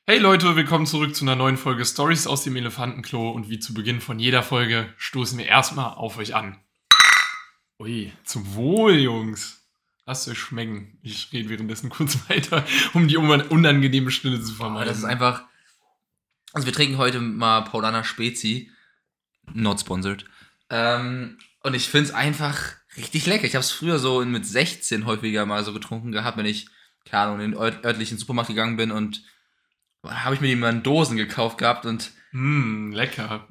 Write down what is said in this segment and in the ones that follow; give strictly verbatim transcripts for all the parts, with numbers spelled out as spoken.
Hey Leute, willkommen zurück zu einer neuen Folge Stories aus dem Elefantenklo und wie zu Beginn von jeder Folge stoßen wir erstmal auf euch an. Ui, zum Wohl, Jungs. Lasst euch schmecken. Ich rede währenddessen kurz weiter, um die unangenehme Stille zu vermeiden. Das ist einfach... Also wir trinken heute mal Paulaner Spezi. Not sponsored. Ähm, und ich finde es einfach richtig lecker. Ich habe es früher so mit sechzehn häufiger mal so getrunken gehabt, wenn ich, keine Ahnung, in den örtlichen Supermarkt gegangen bin und habe ich mir die mal in Dosen gekauft gehabt und Mmm, lecker.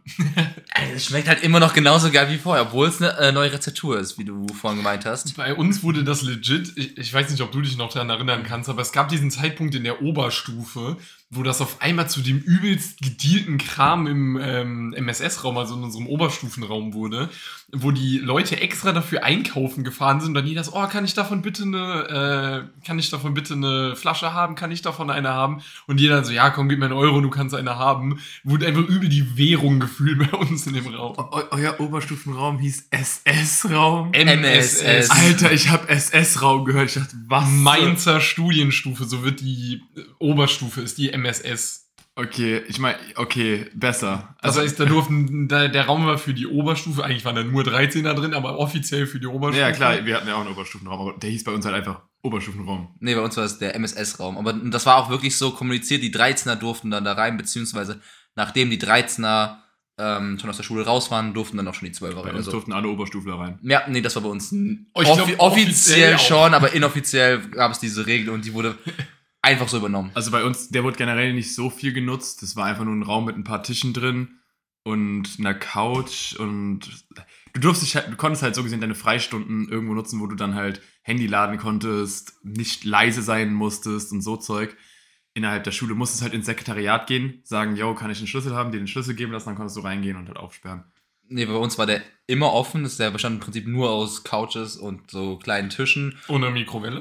es schmeckt halt immer noch genauso geil wie vorher, obwohl es eine äh, neue Rezeptur ist, wie du vorhin gemeint hast. Bei uns wurde das legit, ich, ich weiß nicht, ob du dich noch daran erinnern kannst, aber es gab diesen Zeitpunkt in der Oberstufe, wo das auf einmal zu dem übelst gedealten Kram im ähm, M S S-Raum, also in unserem Oberstufenraum wurde, wo die Leute extra dafür einkaufen gefahren sind und dann jeder so, oh, kann ich davon bitte eine, äh, kann ich davon bitte eine Flasche haben, kann ich davon eine haben? Und jeder so, ja, komm, gib mir einen Euro, du kannst eine haben. Wurde einfach übel die Währung gefühlt bei uns in dem Raum. Eu- euer Oberstufenraum hieß S S-Raum? M S S. Alter, ich hab S S-Raum gehört. Ich dachte, was? Mainzer Studienstufe, so wird die Oberstufe, ist die M S S. Okay, ich meine, okay, besser. Das heißt, da durften, da, der Raum war für die Oberstufe, eigentlich waren da nur dreizehner drin, aber offiziell für die Oberstufe. Ja, klar, wir hatten ja auch einen Oberstufenraum, aber der hieß bei uns halt einfach Oberstufenraum. Nee, bei uns war es der M S S-Raum. Aber das war auch wirklich so kommuniziert, die dreizehner durften dann da rein, beziehungsweise nachdem die dreizehner ähm, schon aus der Schule raus waren, durften dann auch schon die zwölfer Bei rein. uns Also, durften alle Oberstufler rein. ja, nee, das war bei uns Oh, ich offi- glaub, offiziell, offiziell schon, aber inoffiziell gab es diese Regel und die wurde einfach so übernommen. Also bei uns, der wurde generell nicht so viel genutzt. Das war einfach nur ein Raum mit ein paar Tischen drin und einer Couch und du durfst dich halt, du konntest halt so gesehen deine Freistunden irgendwo nutzen, wo du dann halt Handy laden konntest, nicht leise sein musstest und so Zeug. Innerhalb der Schule musstest halt ins Sekretariat gehen, sagen, yo, kann ich einen Schlüssel haben, dir den Schlüssel geben lassen, dann konntest du reingehen und halt aufsperren. Nee, bei uns war der immer offen. Das der bestand im Prinzip nur aus Couches und so kleinen Tischen, Ohne Mikrowelle.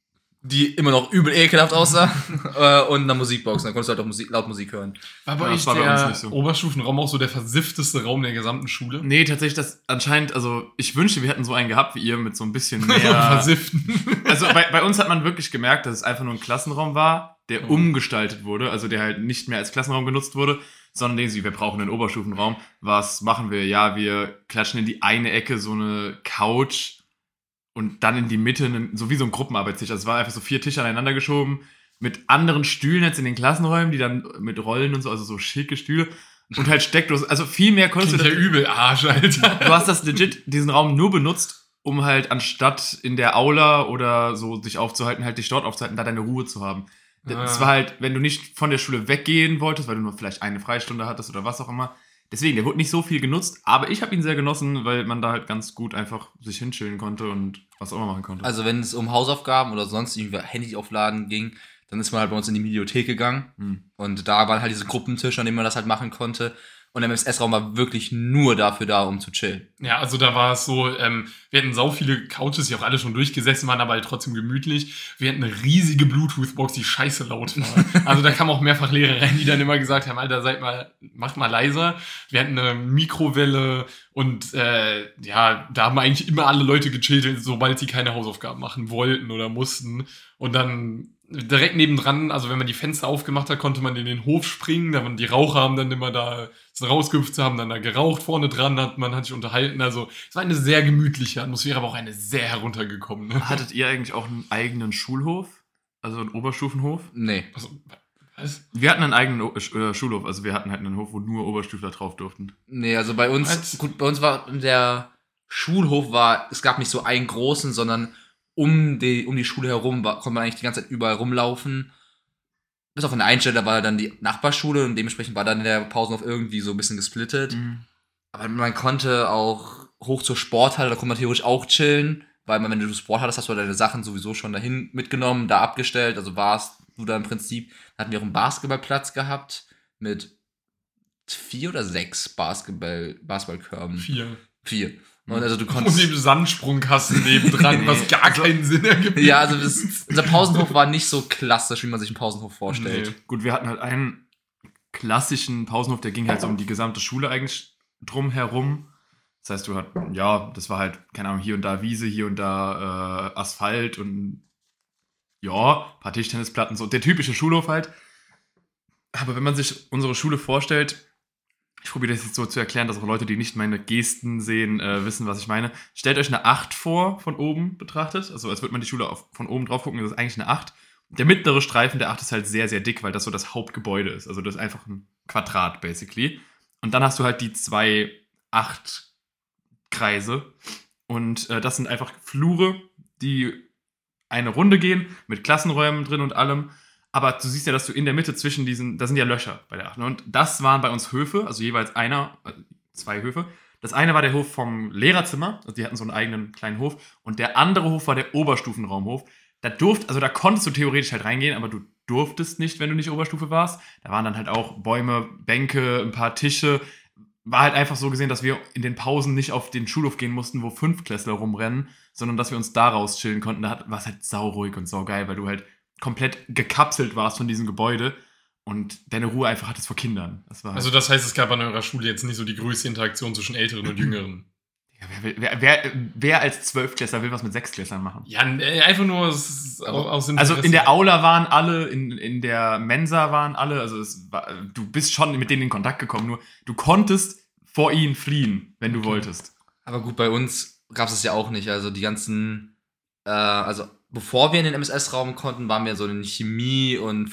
die immer noch übel ekelhaft aussah. äh, und einer Musikbox. Dann konntest du halt auch Musik, laut Musik hören. War bei Ja, euch das war bei uns der nicht so. Oberstufenraum auch so der versiffteste Raum der gesamten Schule? Nee, tatsächlich, das anscheinend, also ich wünschte, wir hätten so einen gehabt wie ihr mit so ein bisschen So mehr... versifften. Also bei, bei uns hat man wirklich gemerkt, dass es einfach nur ein Klassenraum war, der Mhm. umgestaltet wurde, also der halt nicht mehr als Klassenraum genutzt wurde, sondern den sie, wir brauchen einen Oberstufenraum. Was machen wir? Ja, wir klatschen in die eine Ecke so eine Couch und dann in die Mitte, einen, so wie so ein Gruppenarbeitstisch. Also es war einfach so vier Tische aneinander geschoben mit anderen Stühlen jetzt in den Klassenräumen, die dann mit Rollen und so, also so schicke Stühle und halt Steckdosen. Also viel mehr konntest Klingt du... ja übel Arsch, Alter. Du hast das legit, diesen Raum nur benutzt, um halt anstatt in der Aula oder so dich aufzuhalten, halt dich dort aufzuhalten, da deine Ruhe zu haben. Das Ah. war halt, wenn du nicht von der Schule weggehen wolltest, weil du nur vielleicht eine Freistunde hattest oder was auch immer. Deswegen, der wurde nicht so viel genutzt, aber ich habe ihn sehr genossen, weil man da halt ganz gut einfach sich hinchillen konnte und was auch immer machen konnte. Also wenn es um Hausaufgaben oder sonst irgendwie Handy aufladen ging, dann ist man halt bei uns in die Bibliothek gegangen. Hm. Und da waren halt diese Gruppentische, an denen man das halt machen konnte. Und der M S S-Raum war wirklich nur dafür da, um zu chillen. Ja, also da war es so, ähm, wir hatten sau viele Couches, die auch alle schon durchgesessen waren, aber halt trotzdem gemütlich. Wir hatten eine riesige Bluetooth-Box, die scheiße laut war. Also da kamen auch mehrfach Lehrer rein, die dann immer gesagt haben, Alter, seid mal, macht mal leiser. Wir hatten eine Mikrowelle und äh, ja, da haben eigentlich immer alle Leute gechillt, sobald sie keine Hausaufgaben machen wollten oder mussten. Und dann direkt nebendran, also wenn man die Fenster aufgemacht hat, konnte man in den Hof springen. Da waren die Raucher haben dann immer da sind rausgehüpft, haben dann da geraucht vorne dran, hat man hat sich unterhalten. Also es war eine sehr gemütliche Atmosphäre, aber auch eine sehr heruntergekommene. Hattet ihr eigentlich auch einen eigenen Schulhof? Also einen Oberstufenhof? Nee. Also, was? Wir hatten einen eigenen O- äh, Schulhof, also wir hatten halt einen Hof, wo nur Oberstufler drauf durften. Nee, also bei uns, Was? gut, bei uns war der Schulhof war, es gab nicht so einen großen, sondern um die, um die Schule herum war, konnte man eigentlich die ganze Zeit überall rumlaufen. Bis auf eine Einstelle, da war dann die Nachbarschule und dementsprechend war dann der Pausenhof irgendwie so ein bisschen gesplittet. Aber man konnte auch hoch zur Sporthalle, da konnte man theoretisch auch chillen, weil man, wenn du Sport hattest, hast du deine Sachen sowieso schon dahin mitgenommen, da abgestellt, also warst du da im Prinzip, da hatten wir auch einen Basketballplatz gehabt mit vier oder sechs Basketball, Basketballkörben. Vier. Vier. Und also du Und konntest... neben Sandsprungkasten nebendran, was gar keinen Sinn ergibt. Ja, also das, unser Pausenhof war nicht so klassisch, wie man sich einen Pausenhof vorstellt. Nee. Gut, wir hatten halt einen klassischen Pausenhof, der ging halt so um die gesamte Schule eigentlich drum herum. Das heißt, du hat, ja, das war halt, keine Ahnung, hier und da Wiese, hier und da äh, Asphalt und ja, ein paar Tischtennisplatten, so der typische Schulhof halt. Aber wenn man sich unsere Schule vorstellt, ich probiere das jetzt so zu erklären, dass auch Leute, die nicht meine Gesten sehen, äh, wissen, was ich meine. Stellt euch eine acht vor, von oben betrachtet. Also als würde man die Schule auf, von oben drauf gucken, das ist eigentlich eine acht. Der mittlere Streifen der acht ist halt sehr, sehr dick, weil das so das Hauptgebäude ist. Also das ist einfach ein Quadrat, basically. Und dann hast du halt die zwei Acht-Kreise. Und äh, das sind einfach Flure, die eine Runde gehen, mit Klassenräumen drin und allem. Aber du siehst ja, dass du in der Mitte zwischen diesen, da sind ja Löcher bei der acht. Und das waren bei uns Höfe, also jeweils einer, zwei Höfe. Das eine war der Hof vom Lehrerzimmer, also die hatten so einen eigenen kleinen Hof. Und der andere Hof war der Oberstufenraumhof. Da durft, also da konntest du theoretisch halt reingehen, aber du durftest nicht, wenn du nicht Oberstufe warst. Da waren dann halt auch Bäume, Bänke, ein paar Tische. War halt einfach so gesehen, dass wir in den Pausen nicht auf den Schulhof gehen mussten, wo Fünftklässler rumrennen, sondern dass wir uns da raus chillen konnten. Da war es halt sauruhig und saugeil, weil du halt komplett gekapselt warst von diesem Gebäude und deine Ruhe einfach hattest vor Kindern. Das war halt also das heißt, es gab an eurer Schule jetzt nicht so die größte Interaktion zwischen Älteren und Jüngeren. Ja, wer, wer, wer, wer als Zwölftklässler will was mit Sechstklässlern machen? Ja, einfach nur aus, aus Also in der Aula waren alle, in, in der Mensa waren alle, also es war, du bist schon mit denen in Kontakt gekommen, nur du konntest vor ihnen fliehen, wenn du Okay. wolltest. Aber gut, bei uns gab es das ja auch nicht. Also die ganzen, äh, also bevor wir in den M S S-Raum konnten, waren wir so in Chemie- und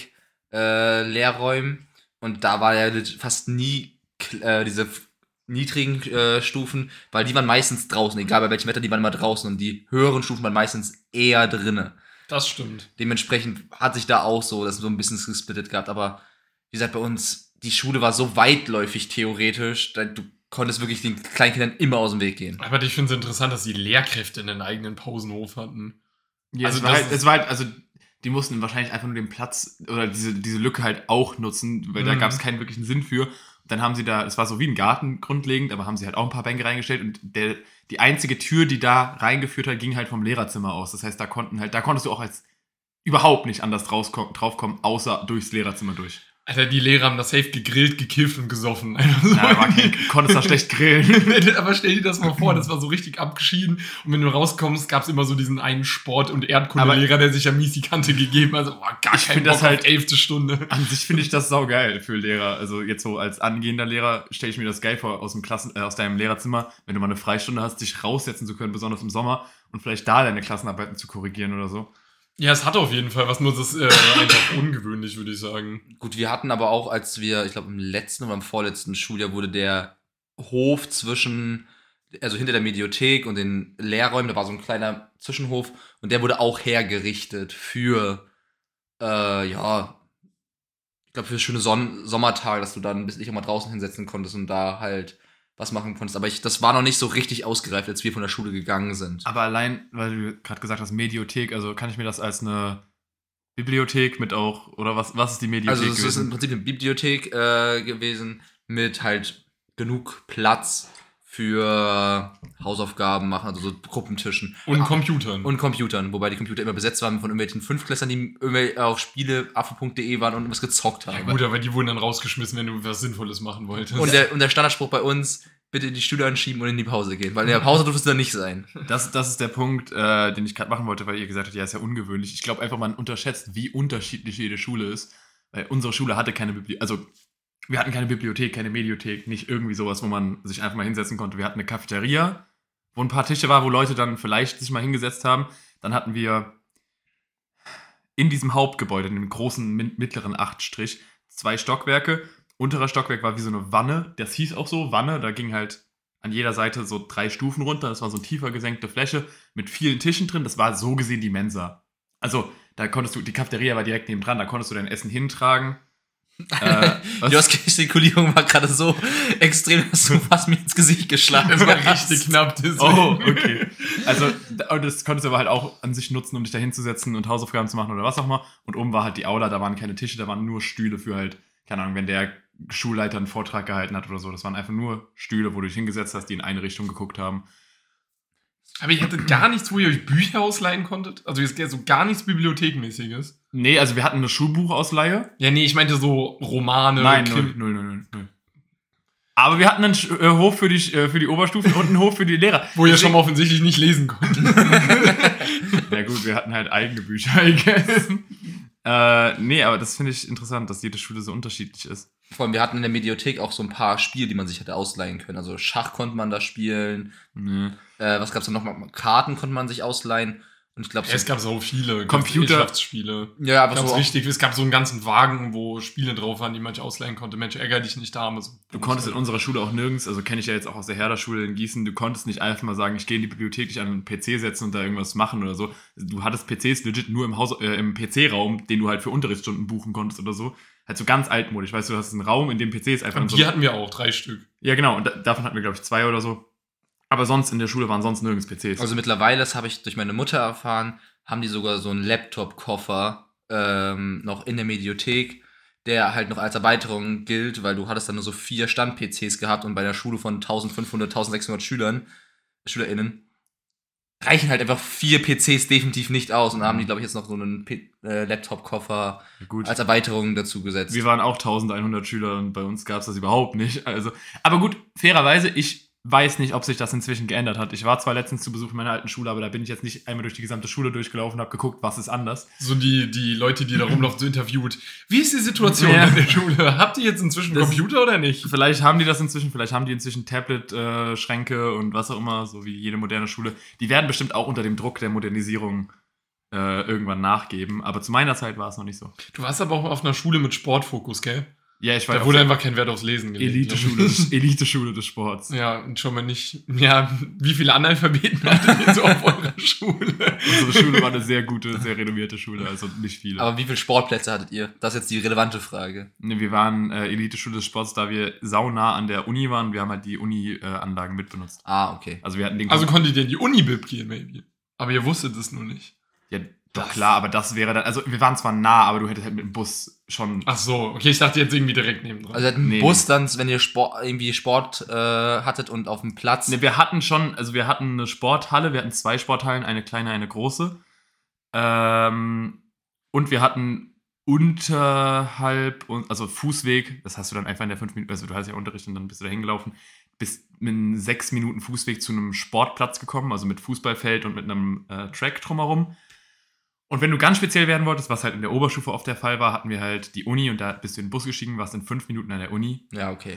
Physik-Lehrräumen. Und da war ja fast nie äh, diese f- niedrigen äh, Stufen, weil die waren meistens draußen, egal bei welchem Wetter, die waren immer draußen. Und die höheren Stufen waren meistens eher drinne. Das stimmt. Dementsprechend hat sich da auch so das so ein bisschen gesplittet gehabt. Aber wie gesagt, bei uns, die Schule war so weitläufig theoretisch, da, du konntest wirklich den Kleinkindern immer aus dem Weg gehen. Aber ich finde es interessant, dass die Lehrkräfte einen eigenen Pausenhof hatten. Ja, Also es, war das halt, ist- es war halt, also die mussten wahrscheinlich einfach nur den Platz oder diese, diese Lücke halt auch nutzen, weil da Mhm. gab es keinen wirklichen Sinn für. Dann haben sie da, es war so wie ein Garten grundlegend, aber haben sie halt auch ein paar Bänke reingestellt und der, die einzige Tür, die da reingeführt hat, ging halt vom Lehrerzimmer aus. Das heißt, da konnten halt, da konntest du auch als überhaupt nicht anders draufkommen, draufkommen, außer durchs Lehrerzimmer durch. Alter, die Lehrer haben das safe gegrillt, gekifft und gesoffen. Einfach so. Ja, war kein, konntest da schlecht grillen. Aber stell dir das mal vor, das war so richtig abgeschieden. Und wenn du rauskommst, gab es immer so diesen einen Sport- und Erdkundelehrer, der sich ja mies die Kante gegeben hat. Also, boah, gar Ich kein find Bock das halt- auf elfte Stunde. An sich finde ich das saugeil für Lehrer. Also jetzt so als angehender Lehrer stelle ich mir das geil vor, aus dem Klassen, äh, aus deinem Lehrerzimmer, wenn du mal eine Freistunde hast, dich raussetzen zu können, besonders im Sommer, und vielleicht da deine Klassenarbeiten zu korrigieren oder so. Ja, es hat auf jeden Fall was, nur das ist äh, einfach ungewöhnlich, würde ich sagen. Gut, wir hatten aber auch, als wir, ich glaube im letzten oder im vorletzten Schuljahr wurde der Hof zwischen, also hinter der Mediothek und den Lehrräumen, da war so ein kleiner Zwischenhof und der wurde auch hergerichtet für, äh, ja, ich glaube für schöne Son- Sommertage, dass du dann bis dich auch mal draußen hinsetzen konntest und da halt was machen konntest. Aber ich, das war noch nicht so richtig ausgereift, als wir von der Schule gegangen sind. Aber allein, weil du gerade gesagt hast, Mediothek, also kann ich mir das als eine Bibliothek mit auch, oder was, was ist die Mediothek Also es ist gewesen? im Prinzip eine Bibliothek äh, gewesen mit halt genug Platz für Hausaufgaben machen, also so Gruppentischen. Und Ah, Computern. und Computern, wobei die Computer immer besetzt waren von irgendwelchen Fünftklässlern, die irgendwie auf Spiele affe punkt de waren und irgendwas gezockt ja, haben. gut, aber die wurden dann rausgeschmissen, wenn du was Sinnvolles machen wolltest. Und der, und der Standardspruch bei uns, bitte in die Stühle anschieben und in die Pause gehen, weil in der Pause durftest du dann nicht sein. Das, das ist der Punkt, äh, den ich gerade machen wollte, weil ihr gesagt habt, ja, ist ja ungewöhnlich. Ich glaube einfach, man unterschätzt, wie unterschiedlich jede Schule ist. Weil unsere Schule hatte keine Bibliothek, also wir hatten keine Bibliothek, keine Mediothek, nicht irgendwie sowas, wo man sich einfach mal hinsetzen konnte. Wir hatten eine Cafeteria, wo ein paar Tische war, wo Leute dann vielleicht sich mal hingesetzt haben. Dann hatten wir in diesem Hauptgebäude, in dem großen min- mittleren Achtstrich, zwei Stockwerke. Unterer Stockwerk war wie so eine Wanne, das hieß auch so, Wanne, da ging halt an jeder Seite so drei Stufen runter, das war so eine tiefer gesenkte Fläche mit vielen Tischen drin, das war so gesehen die Mensa. Also, da konntest du, die Cafeteria war direkt nebendran, da konntest du dein Essen hintragen. äh, Die Gestikulierung war gerade so extrem, dass du fast mir ins Gesicht geschlagen das war hast. richtig knapp. Deswegen. Oh, okay. Also, da- und das konntest du aber halt auch an sich nutzen, um dich da hinzusetzen und Hausaufgaben zu machen oder was auch immer. Und oben war halt die Aula, da waren keine Tische, da waren nur Stühle für halt, keine Ahnung, wenn der Schulleiter einen Vortrag gehalten hat oder so. Das waren einfach nur Stühle, wo du dich hingesetzt hast, die in eine Richtung geguckt haben. Aber ihr hattet gar nichts, wo ihr euch Bücher ausleihen konntet? Also jetzt so gar nichts Bibliothekmäßiges? Nee, also wir hatten eine Schulbuchausleihe. Ja, nee, ich meinte so Romane. Nein, Krim- null, null, null, null. Aber wir hatten einen Sch- äh, Hof für die, äh, für die Oberstufen und einen Hof für die Lehrer. Wo ihr schon mal offensichtlich nicht lesen konntet. Na gut, wir hatten halt eigene Bücher, I guess. Äh, nee, aber das finde ich interessant, dass jede Schule so unterschiedlich ist. Vor allem, wir hatten in der Mediothek auch so ein paar Spiele, die man sich hätte ausleihen können. Also Schach konnte man da spielen. Nee. Äh, was gab's da noch? Karten konnte man sich ausleihen. Und ich glaube, Ja, es gab so viele Computer- Gesellschaftsspiele. ja, aber Gab's so auch, richtig, es gab so einen ganzen Wagen, wo Spiele drauf waren, die man sich ausleihen konnte. Mensch, ärger dich nicht, Dame. So. Du konntest in unserer Schule auch nirgends, also kenne ich ja jetzt auch aus der Herder-Schule in Gießen, du konntest nicht einfach mal sagen, ich gehe in die Bibliothek, dich an einen P C setzen und da irgendwas machen oder so. Du hattest P Cs legit nur im Haus, äh, im P C-Raum, den du halt für Unterrichtsstunden buchen konntest oder so. Halt so ganz altmodisch, weißt du, du hast einen Raum, in dem P Cs einfach... Und in die so hatten wir auch, drei Stück. ja, genau, und da, davon hatten wir, glaube ich, zwei oder so. Aber sonst in der Schule waren sonst nirgends P Cs. also mittlerweile, das habe ich durch meine Mutter erfahren, haben die sogar so einen Laptop-Koffer ähm, noch in der Mediothek, der halt noch als Erweiterung gilt, weil du hattest dann nur so vier Stand-P Cs gehabt und bei der Schule von eintausendfünfhundert, eintausendsechshundert Schülern, SchülerInnen, reichen halt einfach vier P Cs definitiv nicht aus. Und da haben die, glaube ich, jetzt noch so einen P- äh, Laptop-Koffer Gut. als Erweiterung dazu gesetzt. Wir waren auch eintausendeinhundert Schüler und bei uns gab es das überhaupt nicht. Also, aber gut, fairerweise, ich weiß nicht, ob sich das inzwischen geändert hat. Ich war zwar letztens zu Besuch in meiner alten Schule, aber da bin ich jetzt nicht einmal durch die gesamte Schule durchgelaufen und habe geguckt, was ist anders. So die, die Leute, die da rumlaufen, so interviewt. Wie ist die Situation Ja. in der Schule? Habt ihr jetzt inzwischen Das- Computer oder nicht? Vielleicht haben die das inzwischen, vielleicht haben die inzwischen Tablet-Schränke und was auch immer, so wie jede moderne Schule. Die werden bestimmt auch unter dem Druck der Modernisierung äh, irgendwann nachgeben, aber zu meiner Zeit war es noch nicht so. Du warst aber auch auf einer Schule mit Sportfokus, gell? Ja, ich war Da auf wurde der einfach kein Wert aufs Lesen gelegt. Elite-Schule, des- Elite-Schule des Sports. Ja, und schon mal nicht. Ja, wie viele Analphabeten hattet ihr so auf eurer Schule? Unsere Schule war eine sehr gute, sehr renommierte Schule, also nicht viele. Aber wie viele Sportplätze hattet ihr? Das ist jetzt die relevante Frage. Ne, wir waren äh, Elite-Schule des Sports, da wir saunah an der Uni waren. Wir haben halt die Uni-Anlagen mitbenutzt. Ah, okay. Also wir hatten den... Also konntet ihr in die Uni-Bib gehen, maybe. Aber ihr wusstet es nur nicht. ja, doch klar, aber das wäre dann... Also wir waren zwar nah, aber du hättest halt mit dem Bus schon... Ach so, okay, ich dachte jetzt irgendwie direkt nebendran. Also ihr hattet einen Nee. Bus dann, wenn ihr Sport, irgendwie Sport äh, hattet und auf dem Platz. Ne, wir hatten schon... Also wir hatten eine Sporthalle, wir hatten zwei Sporthallen, eine kleine, eine große. Ähm, und wir hatten unterhalb, und, also Fußweg, das hast du dann einfach in der fünf Minuten... Also du hast ja Unterricht und dann bist du da hingelaufen. Bist mit einem sechs Minuten Fußweg zu einem Sportplatz gekommen, also mit Fußballfeld und mit einem äh, Track drumherum. Und wenn du ganz speziell werden wolltest, was halt in der Oberstufe oft der Fall war, hatten wir halt die Uni und da bist du in den Bus gestiegen, warst in fünf Minuten an der Uni. Ja, okay.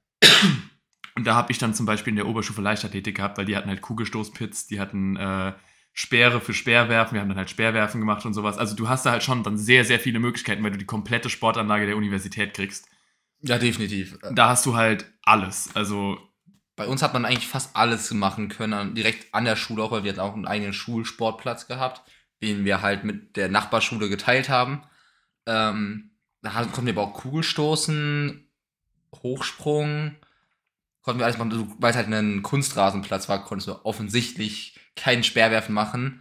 Und da habe ich dann zum Beispiel in der Oberstufe Leichtathletik gehabt, weil die hatten halt Kugelstoßpits, die hatten äh, Speere für Speerwerfen, wir haben dann halt Speerwerfen gemacht und sowas. Also du hast da halt schon dann sehr, sehr viele Möglichkeiten, weil du die komplette Sportanlage der Universität kriegst. Ja, definitiv. Da hast du halt alles. Also Bei uns hat man eigentlich fast alles machen können, direkt an der Schule auch, weil wir hatten auch einen eigenen Schulsportplatz gehabt, den wir halt mit der Nachbarschule geteilt haben. Ähm, da hat- konnten wir aber auch Kugelstoßen, Hochsprung, konnten wir alles machen. Weil es halt ein Kunstrasenplatz war, konntest du offensichtlich keinen Speerwerfen machen.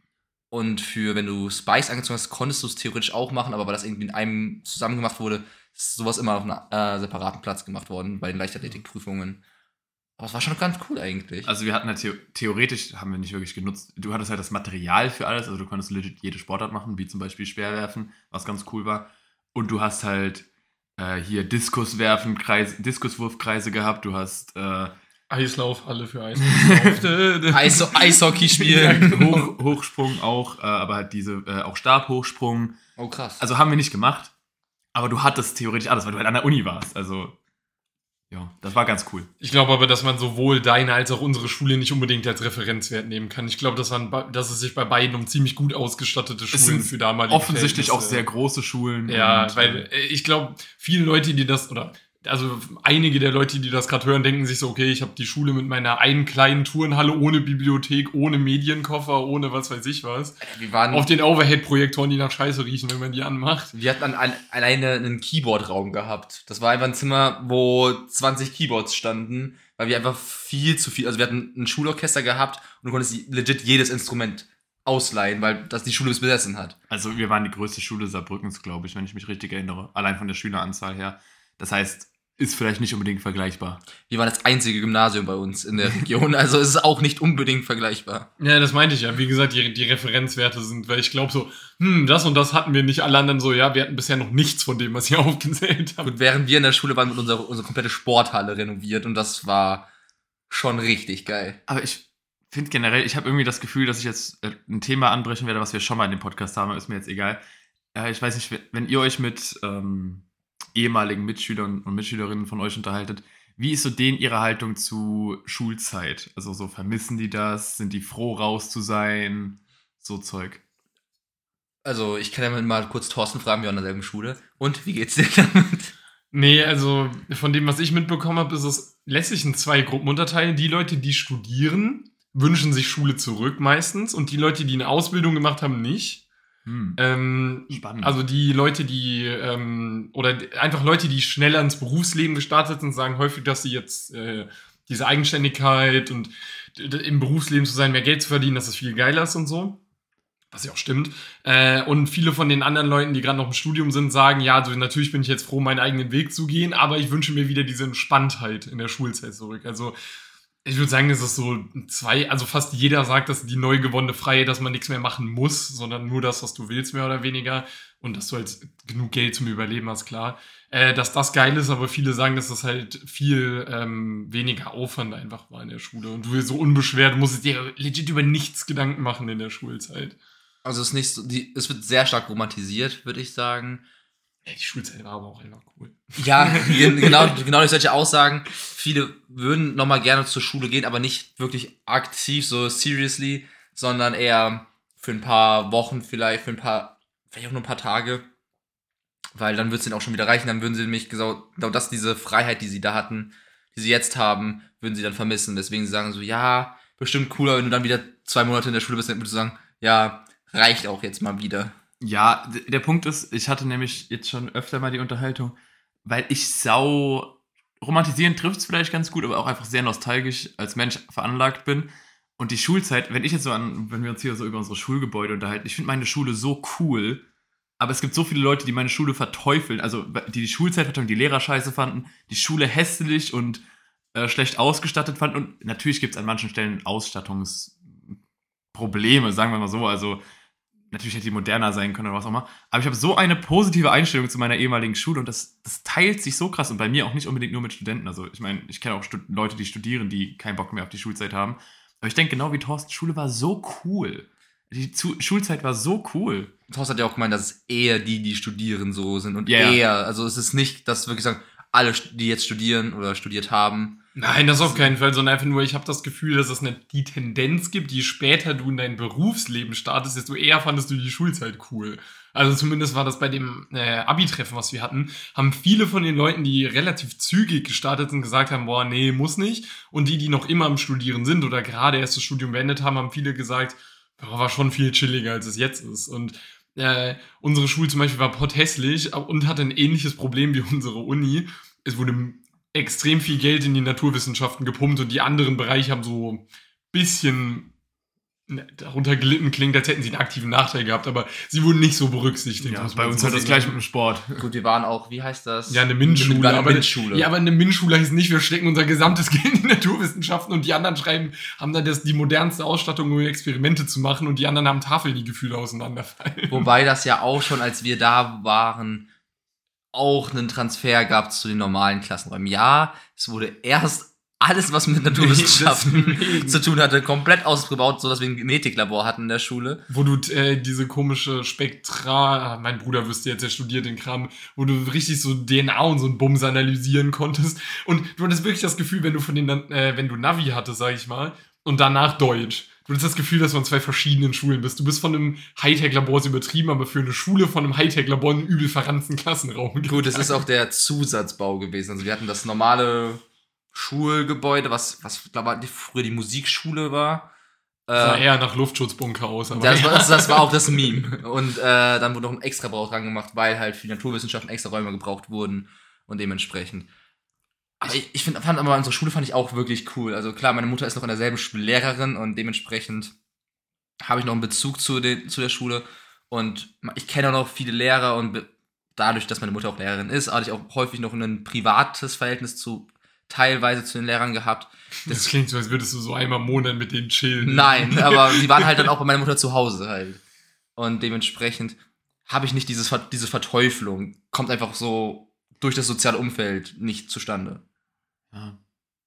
Und für, wenn du Spikes angezogen hast, konntest du es theoretisch auch machen, aber weil das irgendwie in einem zusammen gemacht wurde, ist sowas immer auf einem äh, separaten Platz gemacht worden, bei den Leichtathletikprüfungen. Aber es war schon ganz cool eigentlich. Also wir hatten halt theo- theoretisch, haben wir nicht wirklich genutzt, du hattest halt das Material für alles, also du konntest legit jede Sportart machen, wie zum Beispiel Speerwerfen, was ganz cool war. Und du hast halt äh, hier Diskuswerfen, Kreis, Diskuswurfkreise gehabt, du hast äh, Eislauf, alle für Eislauf. Eis Eishockey spielen. Hoch, Hochsprung auch, äh, aber halt diese, äh, auch Stabhochsprung. Oh, krass. Also haben wir nicht gemacht, aber du hattest theoretisch alles, weil du halt an der Uni warst. Also ja, das war ganz cool. Ich glaube aber, dass man sowohl deine als auch unsere Schule nicht unbedingt als Referenzwert nehmen kann. Ich glaube, dass, man be- dass es sich bei beiden um ziemlich gut ausgestattete Es Schulen sind für damalige Offensichtlich auch Verhältnisse- sehr große Schulen. Ja, und, weil äh, äh, ich glaube, viele Leute, die das, oder also einige der Leute, die das gerade hören, denken sich so, okay, ich habe die Schule mit meiner einen kleinen Turnhalle ohne Bibliothek, ohne Medienkoffer, ohne was weiß ich was. Wir waren, Auf den Overhead-Projektoren, die nach Scheiße riechen, wenn man die anmacht. wir hatten an, an, alleine einen Keyboard-Raum gehabt. Das war einfach ein Zimmer, wo zwanzig Keyboards standen, weil wir einfach viel zu viel, also wir hatten ein Schulorchester gehabt und du konntest legit jedes Instrument ausleihen, weil das die Schule es besessen hat. Also wir waren die größte Schule Saarbrückens, glaube ich, wenn ich mich richtig erinnere. Allein von der Schüleranzahl her. Das heißt, ist vielleicht nicht unbedingt vergleichbar. Wir waren das einzige Gymnasium bei uns in der Region, also es ist auch nicht unbedingt vergleichbar. Ja, das meinte ich ja. Wie gesagt, die, die Referenzwerte sind, weil ich glaube so, hm, das und das hatten wir nicht. Alle anderen so, ja, wir hatten bisher noch nichts von dem, was ihr aufgezählt habt. Und während wir in der Schule waren, wird unsere, unsere komplette Sporthalle renoviert und das war schon richtig geil. Aber ich finde generell, ich habe irgendwie das Gefühl, dass ich jetzt äh, ein Thema anbrechen werde, was wir schon mal in dem Podcast haben, ist mir jetzt egal. äh, ich weiß nicht, wenn- wenn ihr euch mit ähm, ehemaligen Mitschülern und Mitschülerinnen von euch unterhaltet, wie ist so denen ihre Haltung zu Schulzeit? Also so vermissen die das? Sind die froh, raus zu sein? So Zeug. Also, ich kann ja mal kurz Thorsten fragen, wir waren in derselben Schule. Und, wie geht's dir damit? Nee, also von dem, was ich mitbekommen habe, ist es lässt sich in zwei Gruppen unterteilen. Die Leute, die studieren, wünschen sich Schule zurück meistens. Und die Leute, die eine Ausbildung gemacht haben, nicht. Hm. Ähm, Spannend. Also die Leute, die, ähm, oder d- einfach Leute, die schneller ins Berufsleben gestartet sind, sagen häufig, dass sie jetzt äh, diese Eigenständigkeit und d- d- im Berufsleben zu sein, mehr Geld zu verdienen, dass das viel geiler ist und so. Was ja auch stimmt. Äh, und viele von den anderen Leuten, die gerade noch im Studium sind, sagen, ja, also natürlich bin ich jetzt froh, meinen eigenen Weg zu gehen, aber ich wünsche mir wieder diese Entspanntheit in der Schulzeit zurück. Also ich würde sagen, es ist so zwei, also fast jeder sagt, dass die neu gewonnene Freiheit, dass man nichts mehr machen muss, sondern nur das, was du willst, mehr oder weniger. Und dass du halt genug Geld zum Überleben hast, klar. Äh, dass das geil ist, aber viele sagen, dass das halt viel ähm, weniger Aufwand einfach war in der Schule. Und du bist so unbeschwert, du musst dir legit über nichts Gedanken machen in der Schulzeit. Also, es ist nicht so, die, es wird sehr stark romantisiert, würde ich sagen. Ja, die Schulzeit war aber auch einfach cool. Ja, gen- genau, genau durch solche Aussagen. Viele würden nochmal gerne zur Schule gehen, aber nicht wirklich aktiv, so seriously, sondern eher für ein paar Wochen vielleicht, für ein paar, vielleicht auch nur ein paar Tage. Weil dann wird es ihnen auch schon wieder reichen, dann würden sie nämlich genau, genau das, diese Freiheit, die sie da hatten, die sie jetzt haben, würden sie dann vermissen. Deswegen sie sagen so, ja, bestimmt cooler, wenn du dann wieder zwei Monate in der Schule bist, dann würdest du sagen, ja, reicht auch jetzt mal wieder. Ja, d- der Punkt ist, ich hatte nämlich jetzt schon öfter mal die Unterhaltung, weil ich sau romantisieren trifft es vielleicht ganz gut, aber auch einfach sehr nostalgisch als Mensch veranlagt bin. Und die Schulzeit, wenn ich jetzt so an, wenn wir uns hier so über unsere Schulgebäude unterhalten, ich finde meine Schule so cool, aber es gibt so viele Leute, die meine Schule verteufeln, also die die Schulzeit verteufeln, die Lehrer scheiße fanden, die Schule hässlich und äh, schlecht ausgestattet fanden. Und natürlich gibt es an manchen Stellen Ausstattungsprobleme, sagen wir mal so. Also natürlich hätte die moderner sein können oder was auch immer. Aber ich habe so eine positive Einstellung zu meiner ehemaligen Schule und das, das teilt sich so krass. Und bei mir auch nicht unbedingt nur mit Studenten. Also ich meine, ich kenne auch Stud- Leute, die studieren, die keinen Bock mehr auf die Schulzeit haben. Aber ich denke genau wie Thorsten, Schule war so cool. Die Zu- Schulzeit war so cool. Thorsten hat ja auch gemeint, dass es eher die, die studieren, so sind. Und Ja, ja. eher, also es ist nicht, dass wirklich sagen, alle, die jetzt studieren oder studiert haben. Nein, das auf keinen Fall, sondern einfach nur, ich habe das Gefühl, dass es eine, die Tendenz gibt, je später du in dein Berufsleben startest, desto eher fandest du die Schulzeit cool. Also zumindest war das bei dem äh, Abi-Treffen, was wir hatten, haben viele von den Leuten, die relativ zügig gestartet sind, gesagt haben, boah, nee, muss nicht. Und die, die noch immer am Studieren sind oder gerade erst das Studium beendet haben, haben viele gesagt, boah, war schon viel chilliger, als es jetzt ist. Und äh, unsere Schule zum Beispiel war potthässlich und hatte ein ähnliches Problem wie unsere Uni. Es wurde extrem viel Geld in die Naturwissenschaften gepumpt und die anderen Bereiche haben so ein bisschen darunter gelitten, klingt, als hätten sie einen aktiven Nachteil gehabt, aber sie wurden nicht so berücksichtigt. Ja, muss bei man uns so halt das sagen. gleiche mit dem Sport. Gut, wir waren auch, wie heißt das? Ja, eine MINT-Schule. Eine aber, MINT-Schule. ja, aber eine MINT-Schule heißt nicht, wir stecken unser gesamtes Geld in die Naturwissenschaften und die anderen schreiben, haben dann das, die modernste Ausstattung, um Experimente zu machen und die anderen haben Tafeln, die Gefühle auseinanderfallen. Wobei das ja auch schon, als wir da waren, auch einen Transfer gab zu den normalen Klassenräumen. Ja, es wurde erst alles, was mit Naturwissenschaften Deswegen. zu tun hatte, komplett ausgebaut, so dass wir ein Genetiklabor hatten in der Schule. Wo du äh, diese komische Spektra, ah, mein Bruder wüsste jetzt, der studiert den Kram, wo du richtig so D N A und so einen Bums analysieren konntest. Und du hattest wirklich das Gefühl, wenn du von den, äh, wenn du Navi hattest, sag ich mal, und danach Deutsch. Du hattest das Gefühl, dass du an zwei verschiedenen Schulen bist. Du bist von einem Hightech-Labor ist übertrieben, aber für eine Schule von einem Hightech-Labor einen übel verranzten Klassenraum. Gut, es ist auch der Zusatzbau gewesen. Also wir hatten das normale Schulgebäude, was, was glaube ich, früher die Musikschule war. Das sah Äh, eher nach Luftschutzbunker aus. Aber das, war, ja. das, das war auch das Meme. Und äh, dann wurde noch ein extra Bau dran gemacht, weil halt für die Naturwissenschaften extra Räume gebraucht wurden und dementsprechend. Aber ich, ich find, fand aber unsere Schule fand ich auch wirklich cool. Also klar, meine Mutter ist noch in derselben Schule Lehrerin und dementsprechend habe ich noch einen Bezug zu, den, zu der Schule. Und ich kenne auch noch viele Lehrer und be- dadurch, dass meine Mutter auch Lehrerin ist, hatte ich auch häufig noch ein privates Verhältnis zu teilweise zu den Lehrern gehabt. Das klingt so, als würdest du so einmal im Monat mit denen chillen. Nein, aber die waren halt dann auch bei meiner Mutter zu Hause halt. Und dementsprechend habe ich nicht dieses, Ver- diese Verteuflung. Kommt einfach so durch das soziale Umfeld nicht zustande. Ja.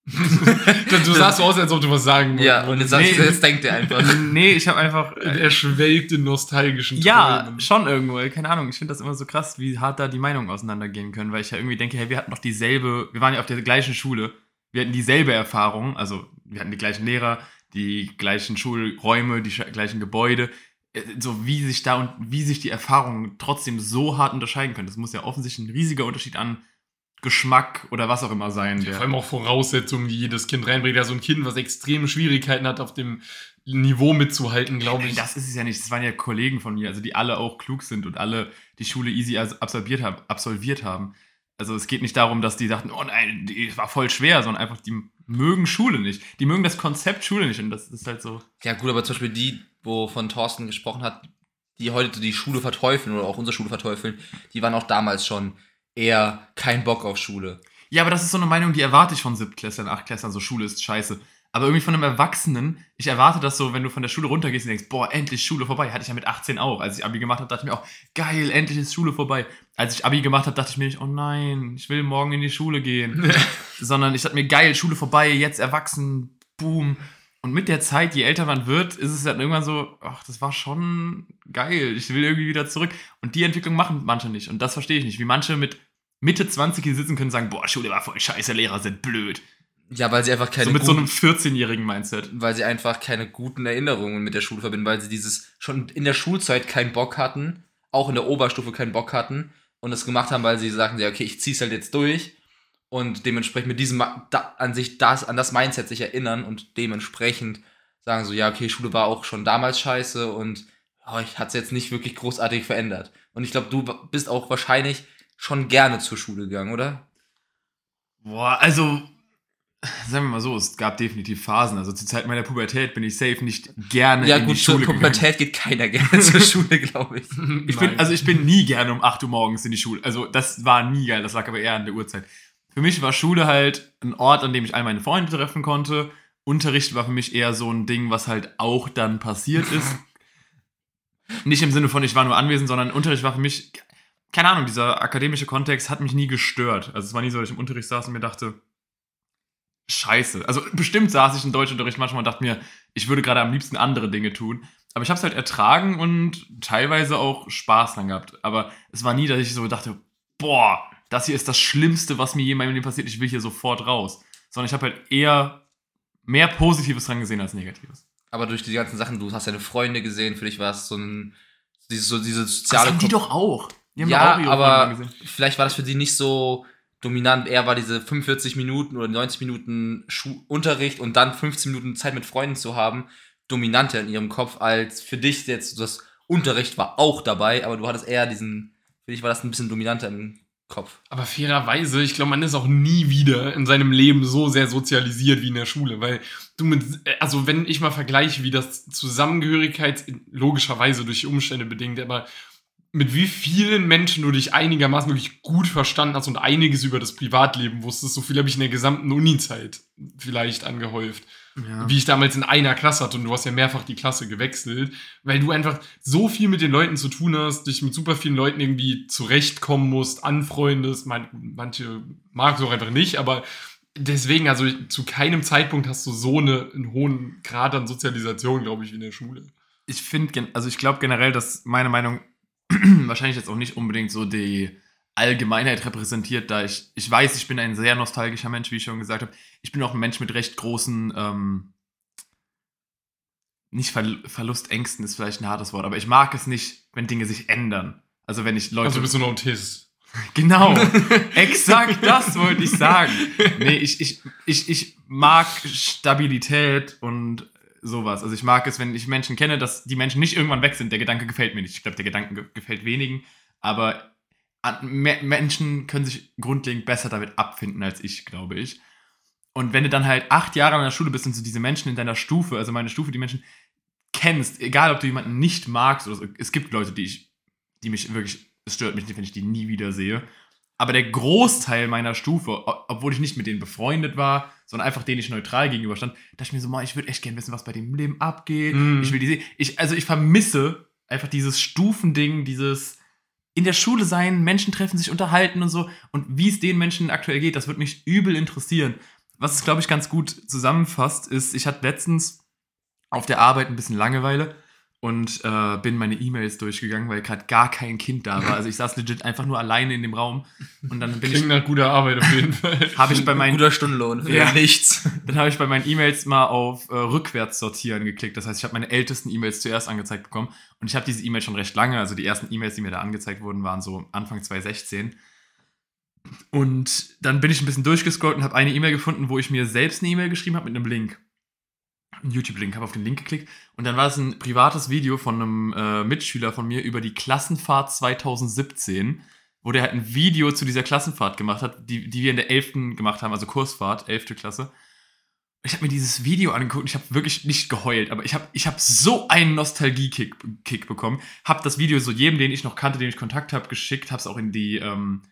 du du sahst so aus, als ob du was sagen Ja, und jetzt, Nee. nee. jetzt denkt er einfach. Nee, ich habe einfach... Er schwelgt in nostalgischen Ja, Träumen. schon irgendwo. Keine Ahnung. Ich finde das immer so krass, wie hart da die Meinungen auseinandergehen können, weil ich ja irgendwie denke, hey, wir hatten doch dieselbe, wir waren ja auf der gleichen Schule, wir hatten dieselbe Erfahrung, also wir hatten die gleichen Lehrer, die gleichen Schulräume, die sch- gleichen Gebäude. Äh, So wie sich da und wie sich die Erfahrungen trotzdem so hart unterscheiden können. Das muss ja offensichtlich ein riesiger Unterschied an Geschmack oder was auch immer sein. Vor allem auch Voraussetzungen, die jedes Kind reinbringt. Ja, so ein Kind, was extreme Schwierigkeiten hat, auf dem Niveau mitzuhalten, glaube ich. Das ist es ja nicht. Das waren ja Kollegen von mir, also die alle auch klug sind und alle die Schule easy as- absolviert haben. Absolviert haben. Also es geht nicht darum, dass die dachten, oh nein, die war voll schwer, sondern einfach, die mögen Schule nicht. Die mögen das Konzept Schule nicht und das ist halt so. Ja, gut, aber zum Beispiel die, wovon Thorsten gesprochen hat, die heute die Schule verteufeln oder auch unsere Schule verteufeln, die waren auch damals schon eher kein Bock auf Schule. Ja, aber das ist so eine Meinung, die erwarte ich von Siebtklässlern, Achtklässlern, so Schule ist scheiße. Aber irgendwie von einem Erwachsenen, ich erwarte das so, wenn du von der Schule runtergehst und denkst, boah, endlich Schule vorbei. Hatte ich ja mit achtzehn auch. Als ich Abi gemacht habe, dachte ich mir auch, geil, endlich ist Schule vorbei. Als ich Abi gemacht habe, dachte ich mir nicht, oh nein, ich will morgen in die Schule gehen. Sondern ich dachte mir, geil, Schule vorbei, jetzt erwachsen, boom. Und mit der Zeit, je älter man wird, ist es dann irgendwann so, ach, das war schon geil, ich will irgendwie wieder zurück. Und die Entwicklung machen manche nicht. Und das verstehe ich nicht. Wie manche mit Mitte zwanzig hier sitzen können und sagen, boah, Schule war voll scheiße, Lehrer sind blöd. Ja, weil sie einfach keine So mit so guten, einem vierzehnjährigen Mindset. weil sie einfach keine guten Erinnerungen mit der Schule verbinden, weil sie dieses schon in der Schulzeit keinen Bock hatten, auch in der Oberstufe keinen Bock hatten und das gemacht haben, weil sie sagten, ja, okay, ich zieh's halt jetzt durch und dementsprechend mit diesem Ma- da, an sich das an das Mindset sich erinnern und dementsprechend sagen so, ja, okay, Schule war auch schon damals scheiße und oh, ich hat's jetzt nicht wirklich großartig verändert. Und ich glaube, du bist auch wahrscheinlich schon gerne zur Schule gegangen, oder? Boah, also, sagen wir mal so, es gab definitiv Phasen. Also zur Zeit meiner Pubertät bin ich safe nicht gerne Ja, in gut, die zur Schule gegangen. Pubertät geht keiner gerne zur Schule, glaube ich. Ich bin, also ich bin nie gerne um acht Uhr morgens in die Schule. Also das war nie geil, das lag aber eher an der Uhrzeit. Für mich war Schule halt ein Ort, an dem ich all meine Freunde treffen konnte. Unterricht war für mich eher so ein Ding, was halt auch dann passiert ist. Nicht im Sinne von, ich war nur anwesend, sondern Unterricht war für mich, keine Ahnung, dieser akademische Kontext hat mich nie gestört. Also es war nie so, dass ich im Unterricht saß und mir dachte, scheiße. Also bestimmt saß ich im Deutschunterricht manchmal und dachte mir, ich würde gerade am liebsten andere Dinge tun. Aber ich habe es halt ertragen und teilweise auch Spaß dran gehabt. Aber es war nie, dass ich so dachte, boah, das hier ist das Schlimmste, was mir je in meinem Leben passiert, ich will hier sofort raus. Sondern ich habe halt eher mehr Positives dran gesehen als Negatives. Aber durch die ganzen Sachen, du hast deine Freunde gesehen, für dich war es so ein, dieses, so diese Das soziale... haben die doch auch. Die haben ja, doch auch ihre aber Freunde gesehen. vielleicht war das für die nicht so dominant. Eher war diese fünfundvierzig Minuten oder neunzig Minuten Schu- Unterricht und dann fünfzehn Minuten Zeit mit Freunden zu haben, dominanter in ihrem Kopf als für dich jetzt. Das Unterricht war auch dabei, aber du hattest eher diesen, für dich war das ein bisschen dominanter im Kopf. Aber fairerweise, ich glaube, man ist auch nie wieder in seinem Leben so sehr sozialisiert wie in der Schule, weil du mit, also wenn ich mal vergleiche, wie das Zusammengehörigkeit, logischerweise durch die Umstände bedingt, aber mit wie vielen Menschen du dich einigermaßen wirklich gut verstanden hast und einiges über das Privatleben wusstest, so viel habe ich in der gesamten Uni-Zeit vielleicht angehäuft. Ja. Wie ich damals in einer Klasse hatte und du hast ja mehrfach die Klasse gewechselt, weil du einfach so viel mit den Leuten zu tun hast, dich mit super vielen Leuten irgendwie zurechtkommen musst, anfreundest, man, manche magst du auch einfach nicht, aber deswegen, also zu keinem Zeitpunkt hast du so eine, einen hohen Grad an Sozialisation, glaube ich, wie in der Schule. Ich finde, also ich glaube generell, dass meine Meinung wahrscheinlich jetzt auch nicht unbedingt so die Allgemeinheit repräsentiert, da ich, ich weiß, ich bin ein sehr nostalgischer Mensch, wie ich schon gesagt habe. Ich bin auch ein Mensch mit recht großen, ähm, nicht Ver Verlustängsten ist vielleicht ein hartes Wort, aber ich mag es nicht, wenn Dinge sich ändern. Also wenn ich Leute... Also bist du ein Autist. Genau, exakt das wollte ich sagen. Nee, ich, ich, ich, ich mag Stabilität und sowas. Also ich mag es, wenn ich Menschen kenne, dass die Menschen nicht irgendwann weg sind. Der Gedanke gefällt mir nicht. Ich glaube, der Gedanke ge gefällt wenigen, aber Menschen können sich grundlegend besser damit abfinden als ich, glaube ich. Und wenn du dann halt acht Jahre an der Schule bist und so diese Menschen in deiner Stufe, also meine Stufe, die Menschen kennst, egal ob du jemanden nicht magst oder so, es gibt Leute, die ich, die mich wirklich, es stört mich nicht, wenn ich die nie wieder sehe. Aber der Großteil meiner Stufe, obwohl ich nicht mit denen befreundet war, sondern einfach denen ich neutral gegenüberstand, dachte ich mir so, mal, ich würde echt gerne wissen, was bei dem im Leben abgeht. Mm. Ich will die sehen. Ich, also ich vermisse einfach dieses Stufending, dieses in der Schule sein, Menschen treffen, sich unterhalten und so. Und wie es den Menschen aktuell geht, das würde mich übel interessieren. was es, glaube ich, ganz gut zusammenfasst, ist, ich hatte letztens auf der Arbeit ein bisschen Langeweile und äh, bin meine E-Mails durchgegangen, weil gerade gar kein Kind da war. Also ich saß legit einfach nur alleine in dem Raum und dann bin Klingt ich... nach guter Arbeit auf jeden Fall. Habe ich bei meinen... Guter Stundenlohn für Ja. nichts. Dann habe ich bei meinen E-Mails mal auf äh, rückwärts sortieren geklickt. Das heißt, ich habe meine ältesten E-Mails zuerst angezeigt bekommen. Und ich habe diese E-Mail schon recht lange. Also die ersten E-Mails, die mir da angezeigt wurden, waren so Anfang zwanzig sechzehn. Und dann bin ich ein bisschen durchgescrollt und habe eine E-Mail gefunden, wo ich mir selbst eine E-Mail geschrieben habe mit einem Link. Ein YouTube-Link. Habe auf den Link geklickt. Und dann war es ein privates Video von einem äh, Mitschüler von mir über die Klassenfahrt zwanzig siebzehn, wo der halt ein Video zu dieser Klassenfahrt gemacht hat, die, die wir in der elften gemacht haben, also Kursfahrt, elfte Klasse. Ich habe mir dieses Video angeguckt und ich habe wirklich nicht geheult, aber ich habe ich hab so einen Nostalgie-Kick Kick bekommen. Habe das Video so jedem, den ich noch kannte, den ich Kontakt habe, geschickt, habe es auch in die ähm,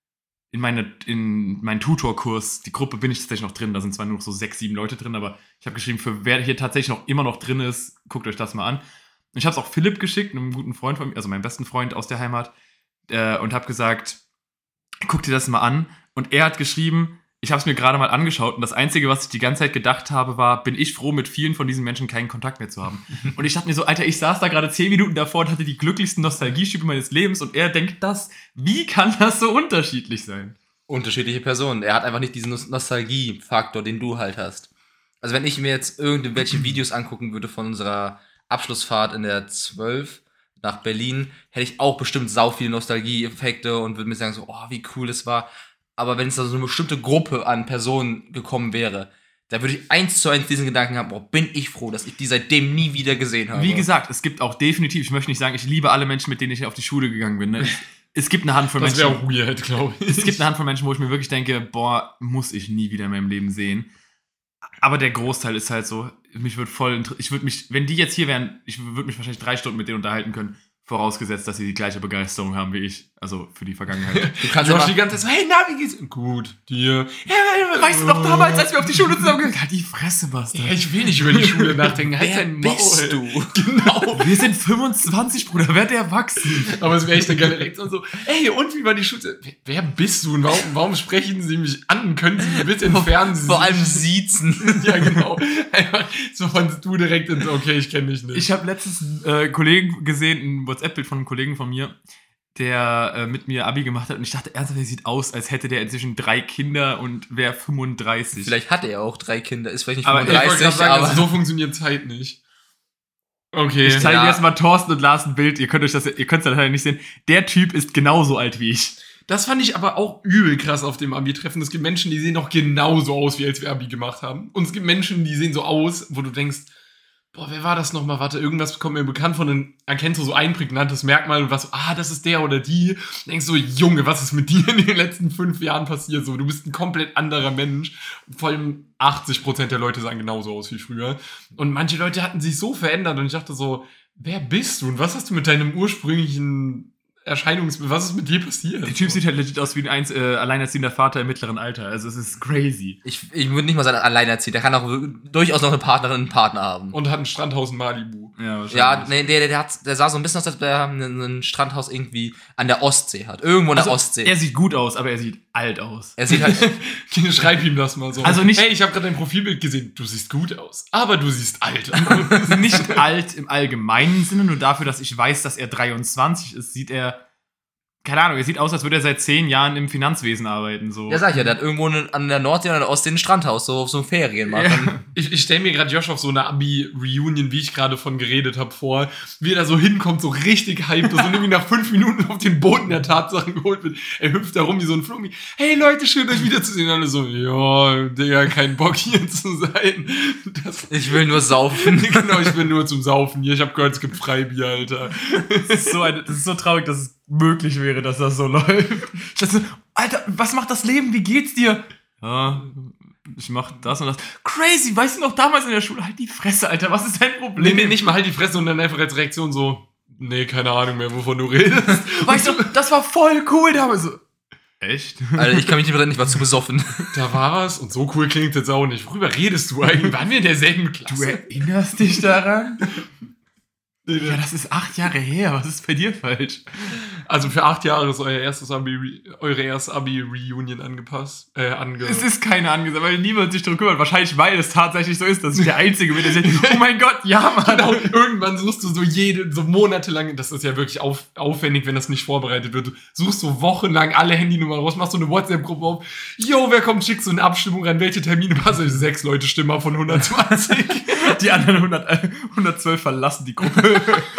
in meine in meinen Tutorkurs, die Gruppe bin ich tatsächlich noch drin, da sind zwar nur noch so sechs, sieben Leute drin, aber ich habe geschrieben, für wer hier tatsächlich noch immer noch drin ist, guckt euch das mal an. Und ich habe es auch Philipp geschickt, einem guten Freund von mir, also meinem besten Freund aus der Heimat, äh, und habe gesagt, guck dir das mal an. Und er hat geschrieben, ich habe es mir gerade mal angeschaut und das Einzige, was ich die ganze Zeit gedacht habe, war, bin ich froh, mit vielen von diesen Menschen keinen Kontakt mehr zu haben. Und ich dachte mir so, Alter, ich saß da gerade zehn Minuten davor und hatte die glücklichsten Nostalgie-Schübe meines Lebens und er denkt das, wie kann das so unterschiedlich sein? Unterschiedliche Personen. Er hat einfach nicht diesen Nos- Nostalgie-Faktor, den du halt hast. Also wenn ich mir jetzt irgendwelche Videos angucken würde von unserer Abschlussfahrt in der zwölf nach Berlin, hätte ich auch bestimmt sau viele Nostalgie-Effekte und würde mir sagen so, oh, wie cool das war. Aber wenn es da so eine bestimmte Gruppe an Personen gekommen wäre, da würde ich eins zu eins diesen Gedanken haben, oh, bin ich froh, dass ich die seitdem nie wieder gesehen habe. Wie gesagt, es gibt auch definitiv, ich möchte nicht sagen, ich liebe alle Menschen, mit denen ich auf die Schule gegangen bin. Ne? Es gibt eine Handvoll Das Menschen. wäre auch weird, glaube ich. Es gibt eine Handvoll Menschen, wo ich mir wirklich denke, boah, muss ich nie wieder in meinem Leben sehen. Aber der Großteil ist halt so, mich würde voll, inter- ich würde mich, wenn die jetzt hier wären, ich würde mich wahrscheinlich drei Stunden mit denen unterhalten können, vorausgesetzt, dass sie die gleiche Begeisterung haben wie ich, also für die Vergangenheit. Du kannst Josh einfach, die ganze Zeit so, hey, na, wie geht's? Gut, dir. Ja, weißt du noch damals, als wir auf die Schule zusammengegangen sind? Halt die Fresse, Bastard. Ja, ich will nicht über die Schule nachdenken. Halt wer dein Maul. bist du? Genau. Wir sind fünfundzwanzig, Bruder, werd erwachsen. Aber es wäre echt dann gerne direkt so, ey, und wie war die Schule? Wer, wer bist du und warum, warum sprechen Sie mich an? Können Sie mich bitte entfernen? Sie Vor allem siezen. Ja, genau. Einfach so von du direkt ins, okay, ich kenne dich nicht. Ich habe letztens einen äh, Kollegen gesehen, ein WhatsApp-Bild von einem Kollegen von mir, der äh, mit mir Abi gemacht hat und ich dachte ernsthaft, der sieht aus, als hätte der inzwischen drei Kinder und wäre fünfunddreißig. Vielleicht hat er ja auch drei Kinder, ist vielleicht nicht Aber ich wollte fünfunddreißig, ich wollte gerade sagen, aber also so funktioniert Zeit nicht. Okay. Ich zeige Ja. dir jetzt mal Thorsten und Lars ein Bild, ihr könnt euch das, ihr könnt es leider nicht sehen. Der Typ ist genauso alt wie ich. Das fand ich aber auch übel krass auf dem Abi-Treffen. Es gibt Menschen, die sehen doch genauso aus, wie als wir Abi gemacht haben. Und es gibt Menschen, die sehen so aus, wo du denkst, boah, wer war das nochmal? Warte, irgendwas kommt mir bekannt von, dann erkennst du so ein prägnantes Merkmal und was, so, ah, das ist der oder die. Du denkst so, Junge, was ist mit dir in den letzten fünf Jahren passiert? So, du bist ein komplett anderer Mensch. Vor allem achtzig Prozent der Leute sahen genauso aus wie früher. Und manche Leute hatten sich so verändert und ich dachte so, wer bist du und was hast du mit deinem ursprünglichen Erscheinungsbild, was ist mit dir passiert? Der Typ sieht halt legit aus wie ein eins, äh, alleinerziehender Vater im mittleren Alter. Also es ist crazy. ich, ich würde nicht mal sagen, alleinerziehend. Der kann auch durchaus noch eine Partnerin, einen Partner haben. Und hat ein Strandhaus in Malibu. Ja, Ja, nee, der, der, hat, der sah so ein bisschen aus, als ob er ein, ein Strandhaus irgendwie an der Ostsee hat. Irgendwo in der Also, Ostsee. er sieht gut aus, aber er sieht alt aus. Er sieht halt, Schreib ihm das mal so. Also nicht- hey, ich habe gerade dein Profilbild gesehen. Du siehst gut aus, aber du siehst alt aus. Nicht alt im allgemeinen Sinne, nur dafür, dass ich weiß, dass er dreiundzwanzig ist, sieht er, keine Ahnung, er sieht aus, als würde er seit zehn Jahren im Finanzwesen arbeiten. So. ja, sag ich ja, der hat irgendwo an der Nordsee oder an der Ostsee ein Strandhaus, so auf so einem Ferien machen. Ja. Ich, ich stelle mir gerade Josh auf so eine Abi-Reunion, wie ich gerade von geredet habe, vor, wie er da so hinkommt, so richtig hyped ist und irgendwie nach fünf Minuten auf den Boden der Tatsachen geholt wird. Er hüpft da rum wie so ein Flummi. Hey Leute, schön euch wiederzusehen. Und alle so, ja, Digga, kein Bock hier zu sein. Das, Ich will nur saufen. genau, ich bin nur zum Saufen hier. Ich habe gehört, es gibt Freibier, Alter. Das ist, so eine, das ist so traurig, dass es möglich wäre, dass das so läuft. Das so, Alter, was macht das Leben? Wie geht's dir? Ja, ich mach das und das. Crazy, weißt du noch, damals in der Schule, halt die Fresse, Alter, was ist dein Nee, Problem? nee, nicht mal halt die Fresse und dann einfach als Reaktion so, nee, keine Ahnung mehr, wovon du redest. Weißt du, das war voll cool damals. So, echt? Alter, ich kann mich nicht mehr erinnern, ich war zu besoffen. Da war es und so cool klingt jetzt auch nicht. Worüber redest du eigentlich? Waren wir in derselben Du Klasse? erinnerst dich daran? Ja, das ist acht Jahre her. Was ist bei dir falsch? Also für acht Jahre ist euer erstes Abi, eure erste Abi-Reunion angepasst. Äh, ange Es ist keine angesagt, weil niemand sich darum kümmert. Wahrscheinlich, weil es tatsächlich so ist, dass ich der Einzige bin, der sagt, oh mein Gott, ja, Mann. Genau, irgendwann suchst du so jede, so monatelang, das ist ja wirklich auf, aufwendig, wenn das nicht vorbereitet wird, du suchst so wochenlang alle Handynummern raus, machst so eine WhatsApp-Gruppe auf, yo, wer kommt, schickst du eine Abstimmung rein, welche Termine passen? Sechs Leute stimmen mal von hundertzwanzig. Die anderen hundert, hundertzwölf verlassen die Gruppe.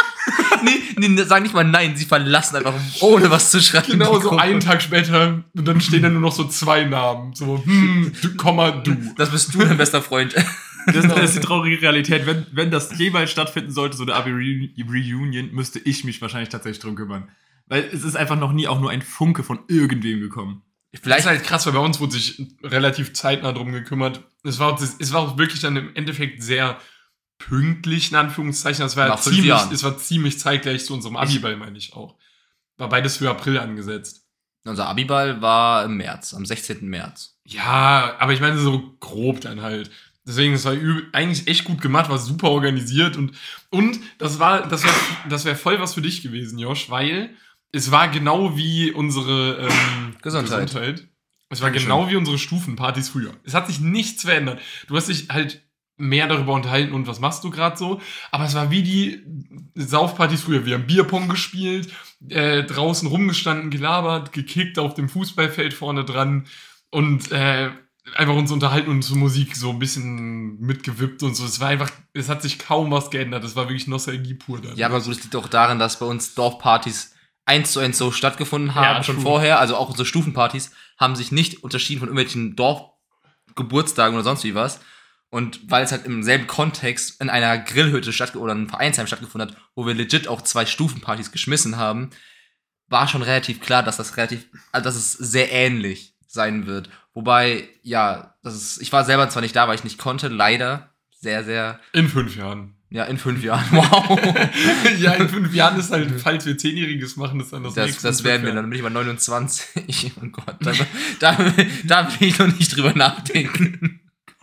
nee, nee, sag nicht mal nein, sie verlassen einfach, ohne was zu schreiben. Genau, so einen Tag später, und dann stehen da nur noch so zwei Namen, so, hm, du, Komma, du. Das bist du, dein bester Freund. Das, das ist die traurige Realität. Wenn, wenn das jemals stattfinden sollte, so eine Abi-Reunion, müsste ich mich wahrscheinlich tatsächlich drum kümmern. Weil es ist einfach noch nie auch nur ein Funke von irgendwem gekommen. Vielleicht ist halt krass, weil bei uns wurde sich relativ zeitnah drum gekümmert. Es war, es war auch wirklich dann im Endeffekt sehr pünktlich, in Anführungszeichen. Das war Nach fünf ziemlich, Jahren. es war ziemlich zeitgleich zu unserem Abiball, meine ich auch. War beides für April angesetzt. Unser Abiball war im März, am sechzehnten März. Ja, aber ich meine so grob dann halt. Deswegen, es war üb- eigentlich echt gut gemacht, war super organisiert und, und das war, das wäre das wär voll was für dich gewesen, Josh, weil es war genau wie unsere ähm, Gesundheit. Gesundheit. Es war Dankeschön. genau wie unsere Stufenpartys früher. Es hat sich nichts verändert. Du hast dich halt mehr darüber unterhalten und was machst du gerade so. Aber es war wie die Saufpartys früher. Wir haben Bierpong gespielt, äh, draußen rumgestanden, gelabert, gekickt auf dem Fußballfeld vorne dran und äh, einfach uns unterhalten und zur Musik so ein bisschen mitgewippt und so. Es war einfach, es hat sich kaum was geändert. Es war wirklich Nostalgie pur dann. Ja, aber gut, es liegt auch daran, dass bei uns Dorfpartys eins zu eins so stattgefunden haben, Ja, schon true. vorher. Also auch unsere Stufenpartys haben sich nicht unterschieden von irgendwelchen Dorfgeburtstagen oder sonst wie was. Und weil es halt im selben Kontext in einer Grillhütte statt oder einem Vereinsheim stattgefunden hat, wo wir legit auch zwei Stufenpartys geschmissen haben, war schon relativ klar, dass das relativ, also dass es sehr ähnlich sein wird. Wobei, ja, das ist, ich war selber zwar nicht da, weil ich nicht konnte, leider. Sehr, sehr, In fünf Jahren. ja, in fünf Jahren. Wow. Ja, in fünf Jahren ist halt, falls wir Zehnjähriges machen, ist dann das, Das, nächste. das in werden fünf wir, Jahren. dann bin ich mal neunundzwanzig. Oh Gott, da, da, da will ich noch nicht drüber nachdenken.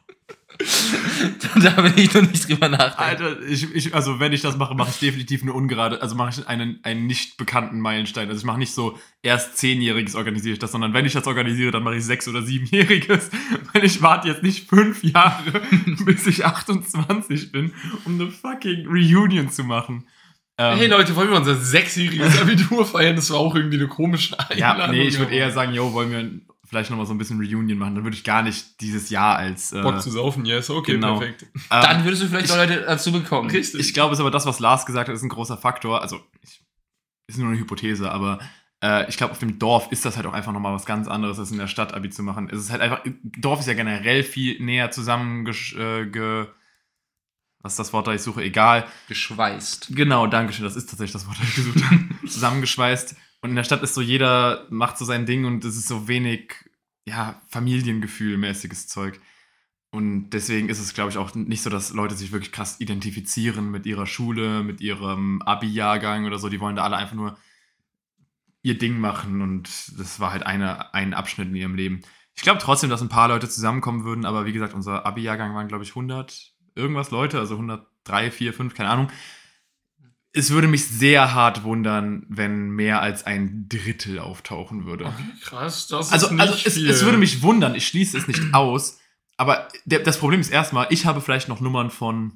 Da will ich noch nicht drüber nachdenken. Alter, ich, ich, also wenn ich das mache, mache ich definitiv eine ungerade, also mache ich einen, einen nicht bekannten Meilenstein. Also ich mache nicht so erst Zehnjähriges organisiere ich das, sondern wenn ich das organisiere, dann mache ich Sechs- oder Siebenjähriges, weil ich warte jetzt nicht fünf Jahre, bis ich achtundzwanzig bin, um eine fucking Reunion zu machen. Ähm, Hey Leute, wollen wir unser sechsjähriges Abitur feiern? Das war auch irgendwie eine komische Einladung. ja, nee, ich würde eher sagen, yo, wollen wir vielleicht nochmal so ein bisschen Reunion machen. Dann würde ich gar nicht dieses Jahr als äh, Bock zu saufen, yes, okay, genau. perfekt. Dann würdest du vielleicht auch Leute dazu bekommen. Richtig. Ich glaube, es ist aber das, was Lars gesagt hat, ist ein großer Faktor. Also, ich, ist nur eine Hypothese, aber äh, ich glaube, auf dem Dorf ist das halt auch einfach nochmal was ganz anderes, als in der Stadt Abi zu machen. Es ist halt einfach, Dorf ist ja generell viel näher zusammen, äh, ge, was ist das Wort, da ich suche, egal. Geschweißt. Genau, danke schön, das ist tatsächlich das Wort, das ich gesucht habe. Zusammengeschweißt. Und in der Stadt ist so, jeder macht so sein Ding und es ist so wenig, ja, Familiengefühl-mäßiges Zeug. Und deswegen ist es, glaube ich, auch nicht so, dass Leute sich wirklich krass identifizieren mit ihrer Schule, mit ihrem Abi-Jahrgang oder so. Die wollen da alle einfach nur ihr Ding machen und das war halt eine, ein Abschnitt in ihrem Leben. Ich glaube trotzdem, dass ein paar Leute zusammenkommen würden, aber wie gesagt, unser Abi-Jahrgang waren, glaube ich, hundert irgendwas Leute, also hundertdrei, vier, fünf, keine Ahnung. Es würde mich sehr hart wundern, wenn mehr als ein Drittel auftauchen würde. Okay, krass, das Also, ist nicht also es, viel. es würde mich wundern, ich schließe es nicht aus, aber der, das Problem ist erstmal, ich habe vielleicht noch Nummern von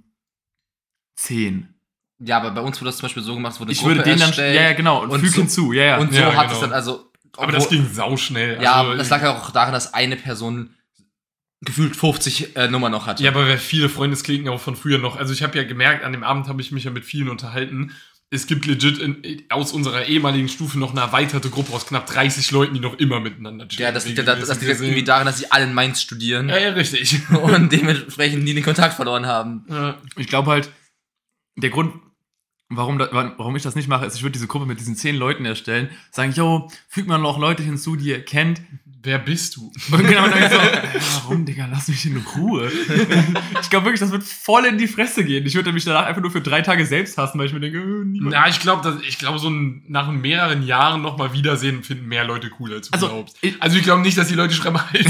zehn. Ja, aber bei uns wurde das zum Beispiel so gemacht, es wurde eine Ich Gruppe würde den dann, erstellt ja, ja, genau, und, und füge so- hinzu, ja, ja. und so Ja, hat genau. es dann also... Aber das obwohl- ging sauschnell. Ja, also, das lag ja auch daran, dass eine Person gefühlt fünfzig äh, Nummern noch hatte. Ja, aber wir viele Freundesklicken auch von früher noch. Also ich habe ja gemerkt, an dem Abend habe ich mich ja mit vielen unterhalten. Es gibt legit in, aus unserer ehemaligen Stufe noch eine erweiterte Gruppe aus knapp dreißig Leuten, die noch immer miteinander chillen. Ja, das liegt, ja- das, das liegt ja irgendwie daran, dass sie alle in Mainz studieren Ja, ja, richtig. und dementsprechend nie den Kontakt verloren haben. Ja. Ich glaube halt, der Grund, warum, da, warum ich das nicht mache, ist, ich würde diese Gruppe mit diesen zehn Leuten erstellen, sagen, yo, fügt mal noch Leute hinzu, die ihr kennt. Wer bist du? Und genau dann so, äh, warum, Digga, lass mich in Ruhe. Ich glaube wirklich, das wird voll in die Fresse gehen. Ich würde mich danach einfach nur für drei Tage selbst hassen, weil ich mir denke, äh, niemand. Na, ich glaube, ich glaube, so ein, nach mehreren Jahren nochmal Wiedersehen finden mehr Leute cool, als du Also, glaubst. ich- Also ich glaube nicht, dass die Leute schreiben, halt.